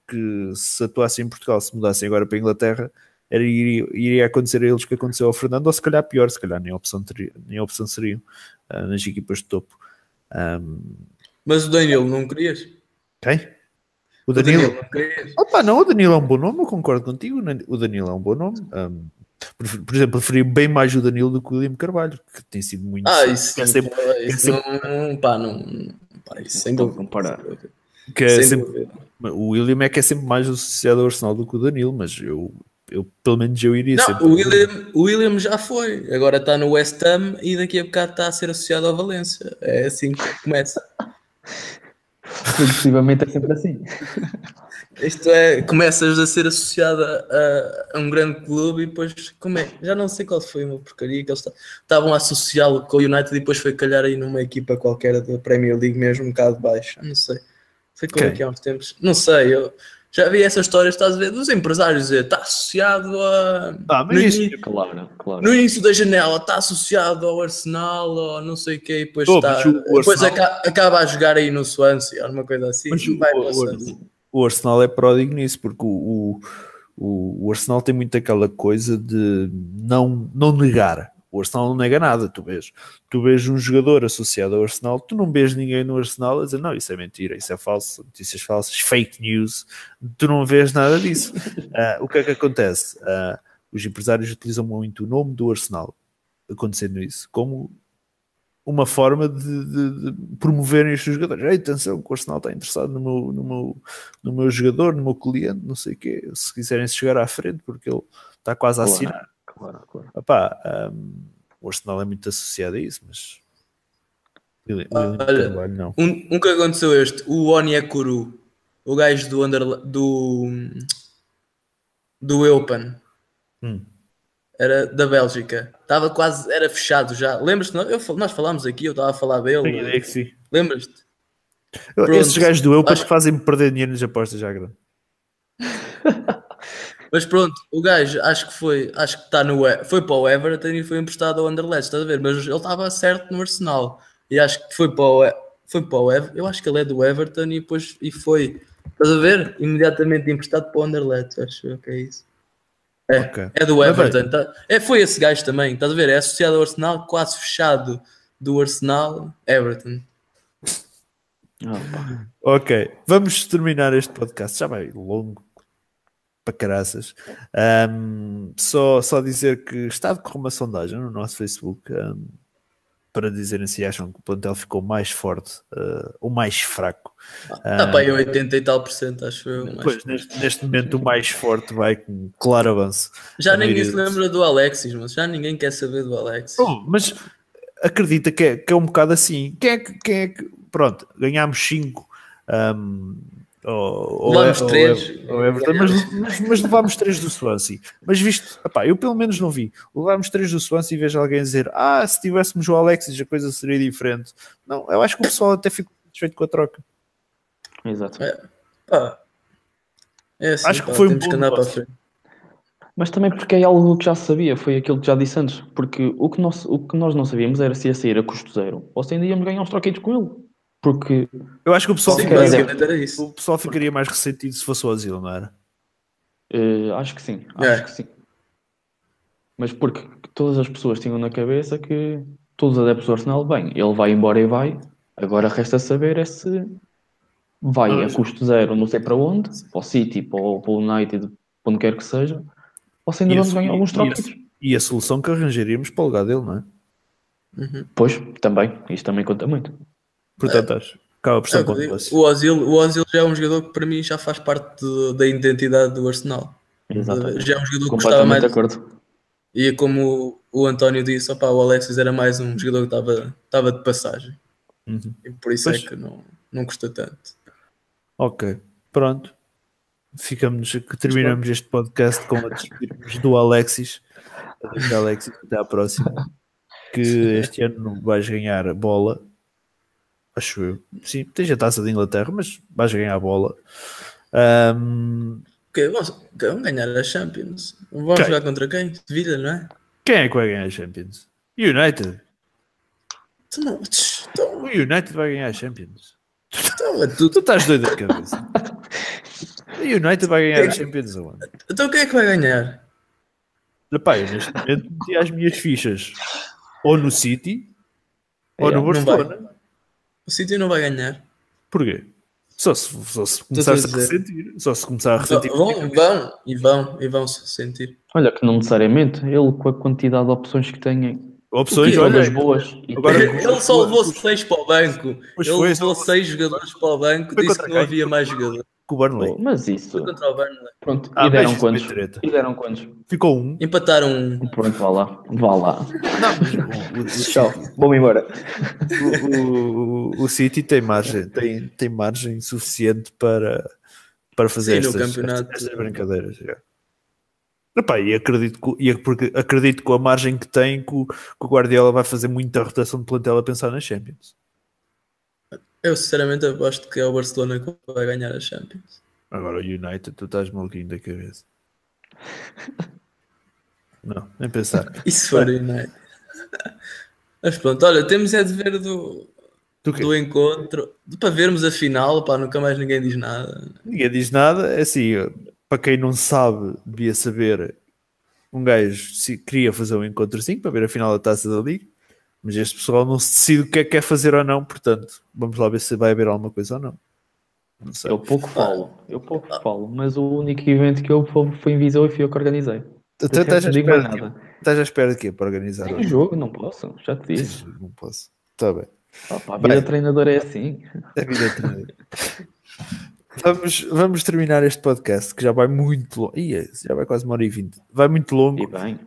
que se atuassem em Portugal, se mudassem agora para a Inglaterra, iria acontecer a eles o que aconteceu ao Fernando, ou se calhar pior, se calhar nem opção seriam nas equipas de topo. Mas o Danilo não querias? Quem? O O Danilo? Danilo não querias? Opa, não, o Danilo é um bom nome, eu concordo contigo. O Danilo é um bom nome. Por exemplo, preferi bem mais o Danilo do que o William Carvalho, que tem sido muito. Isso, que é sempre, isso não, pá, isso sem Não dúvida. comparar. que é Sem sempre, dúvida. o William é que é sempre mais associado ao Arsenal do que o Danilo, mas eu pelo menos eu iria Não, sempre. o William já foi, agora está no West Ham e daqui a bocado está a ser associado ao Valência. É assim que começa. Progressivamente é sempre assim. Isto é, começas a ser associado a um grande clube e depois, já não sei qual foi uma porcaria que eles estavam a associá-lo com o United e depois foi calhar aí numa equipa qualquer da Premier League mesmo, um bocado baixo, não sei. Foi como aqui há uns tempos, não sei, eu já vi essas histórias, estás a ver, dos empresários dizer, está associado a... Claro. No início da janela está associado ao Arsenal ou não sei o que, e depois, mas o depois Arsenal... acaba a jogar aí no Swansea, alguma coisa assim. Mas Vai para o Swansea. o Arsenal é pródigo nisso, porque o Arsenal tem muito aquela coisa de não negar. O Arsenal não nega nada, tu vês um jogador associado ao Arsenal, tu não vês ninguém no Arsenal a dizer, não, isso é mentira, isso é falso, notícias falsas, fake news, tu não vês nada disso. O que é que acontece? Os empresários utilizam muito o nome do Arsenal, acontecendo isso, como uma forma de promoverem os seus jogadores. Ei, atenção, que o Arsenal está interessado no meu jogador, no meu cliente, não sei o quê, se quiserem chegar à frente, porque ele está quase a assinar. Claro. Epá, o Arsenal é muito associado a isso, mas William Carvalho não. Um que aconteceu o Onyekuru, o gajo do Eupen, era da Bélgica, estava quase, era fechado já. Lembras-te? Nós falámos aqui, eu estava a falar dele. Tenho ideia que sim. Lembras-te? Esses gajos do Eupa que fazem-me perder dinheiro nas apostas já grande. Mas pronto, o gajo acho que está foi para o Everton e foi emprestado ao Anderlecht, estás a ver? Mas ele estava certo no Arsenal e acho que foi para o Everton. Eu acho que ele é do Everton e depois foi, estás a ver? Imediatamente emprestado para o Anderlecht, acho que é isso. É do Everton, foi esse gajo também, estás a ver? É associado ao Arsenal, quase fechado do Arsenal, Everton. Ok, vamos terminar este podcast, já vai longo para caraças. Só dizer que está a decorrer uma sondagem no nosso Facebook para dizerem se acham que o plantel ficou mais forte ou mais fraco. Está para aí 80 e tal %, acho eu. Pois, neste momento o mais forte vai com claro avanço. Já ninguém se lembra do Alexis, mas já ninguém quer saber do Alexis. Mas acredita que é um bocado assim. Quem é que pronto, ganhámos 5 levámos 3 mas levámos 3 do Swansea. Mas visto, eu pelo menos não vi. Levámos 3 do Swansea e vejo alguém dizer se tivéssemos o Alexis a coisa seria diferente. Não, eu acho que o pessoal até ficou satisfeito com a troca. Exato. Assim, acho que foi temos que andar para a frente. Mas também porque é algo que já sabia, foi aquilo que já disse antes. Porque o que nós não sabíamos era se ia sair a custo zero ou se ainda íamos ganhar uns troquitos com ele. Porque eu acho que o pessoal, era isso. O pessoal ficaria mais ressentido se fosse o Asilo, não era? Acho que sim. Mas porque todas as pessoas tinham na cabeça que todos os adeptos do Arsenal, bem, ele vai embora e vai. Agora resta saber é se vai a custo zero, não sei para onde, para o City, para o United, para onde quer que seja, ou se ainda vamos ganhar alguns troquitos. E a solução que arranjaríamos para o lugar dele, não é? Pois, também. Isto também conta muito. Portanto, acaba por ser o Ozil já é um jogador que para mim já faz parte da identidade do Arsenal. Exatamente. Já é um jogador que gostava mais. De acordo. E como o António disse, o Alexis era mais um jogador que estava de passagem. E por isso é que não custa tanto. Ok, pronto. Terminamos este podcast com a despedirmos do Alexis. Até à próxima. Que este ano vais ganhar bola. Acho eu. Sim, tens a taça de Inglaterra, mas vais ganhar a bola. Vamos ganhar a Champions. Vamos jogar contra quem? Sevilha, não é? Quem é que vai ganhar a Champions? United. O United vai ganhar a Champions. Tu estás doido da cabeça. O United vai ganhar a Champions League. Então quem é que vai ganhar? Epá, eu neste momento meti as minhas fichas ou no City ou no Não vai. Barcelona. O City não vai ganhar. Porquê? Só se começar a dizer. ressentir. Só se começar a ressentir. Vão se sentir. Olha que não necessariamente. Ele com a quantidade de opções que tem, Opções, O quê? olha. todas boas. E Agora- Ele só levou 6 para o banco. Pois Ele foi, levou só- 6 jogadores para o banco. Foi Disse contra que não quem? havia mais jogadores. Com o Burnley. Mas isso. Foi contra o Burnley. Pronto. Ah, E deram mas isso foi quantos? treta. E deram quantos? Ficou um. Empataram um. Pronto, vá lá. Vá lá. Não, mas o Tchau. Vou-me embora. o City tem margem suficiente para fazer Sim, no estas campeonato. brincadeiras. Epá, e porque acredito que com a margem que tem que o Guardiola vai fazer muita rotação de plantel a pensar na Champions. Eu sinceramente aposto que é o Barcelona que vai ganhar a Champions. Agora o United, tu estás maluquinho da cabeça. Não, nem pensar. E se for o United? Mas pronto, olha, temos é de ver do encontro, para vermos a final, pá, nunca mais ninguém diz nada. Ninguém diz nada, é assim, para quem não sabe, devia saber, um gajo queria fazer um encontro assim, para ver a final da Taça da Liga, mas este pessoal não se decide o que é que quer fazer ou não, portanto, vamos lá ver se vai haver alguma coisa ou não. Não sei. Eu pouco falo, mas o único evento que eu foi em Viseu e fui eu que organizei. Então, estás à Não digo mais espera de quê? nada. Estás à espera de quê para organizar Tem hoje? jogo, não posso, já te disse. Não posso. Está bem. A vida treinadora é assim. A vida é tremenda. Vamos terminar este podcast que já vai muito longo. Já vai quase 1h20. Vai muito longo. E bem,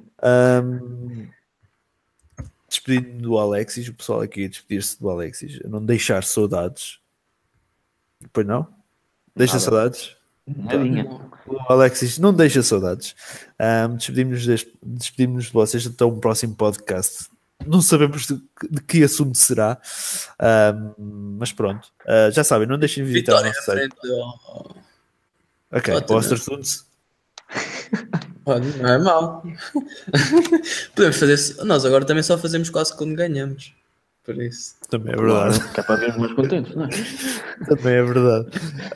Despedindo do Alexis, o pessoal aqui a despedir-se do Alexis, a não deixar saudades. Pois não? Deixa Nada. saudades? nadinha. O Alexis não deixa saudades. Despedimos de vocês até um próximo podcast. Não sabemos de que assunto será, mas pronto. Já sabem, não deixem de visitar Vitória o à nosso site. frente ao... Ok, Tottenham. Ostersund. Olha, não é mau. Podemos fazer isso. Nós agora também só fazemos quase quando ganhamos. Por isso. Também é verdade. Claro, que é para vermos mais contentes, não é? Também é verdade.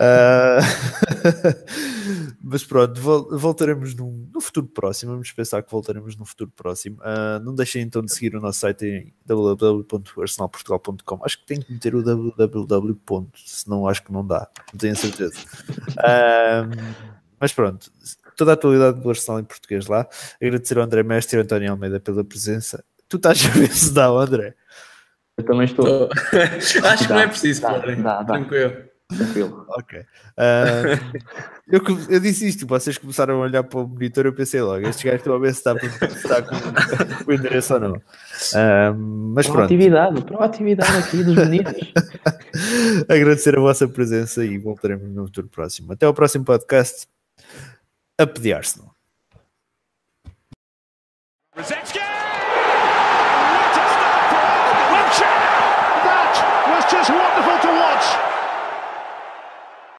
Mas pronto, voltaremos no futuro próximo. Vamos pensar que voltaremos no futuro próximo. Não deixem então de seguir o nosso site em www.arsenalportugal.com. Acho que tem que meter o www. Senão acho que não dá. Não tenho a certeza. Mas pronto, toda a atualidade do Arsenal em português lá. Agradecer ao André Mestre e ao António Almeida pela presença. Tu estás a ver se dá, André? Eu também estou. Acho que não é preciso, porém. dá. Tranquilo. Ok. Eu disse isto, vocês começaram a olhar para o monitor, eu pensei logo, estes gajos estão a ver se está com o endereço ou não. Mas pronto. Proatividade aqui dos meninos. Agradecer a vossa presença e voltaremos no futuro próximo. Até ao próximo podcast. A pedir Arsenal.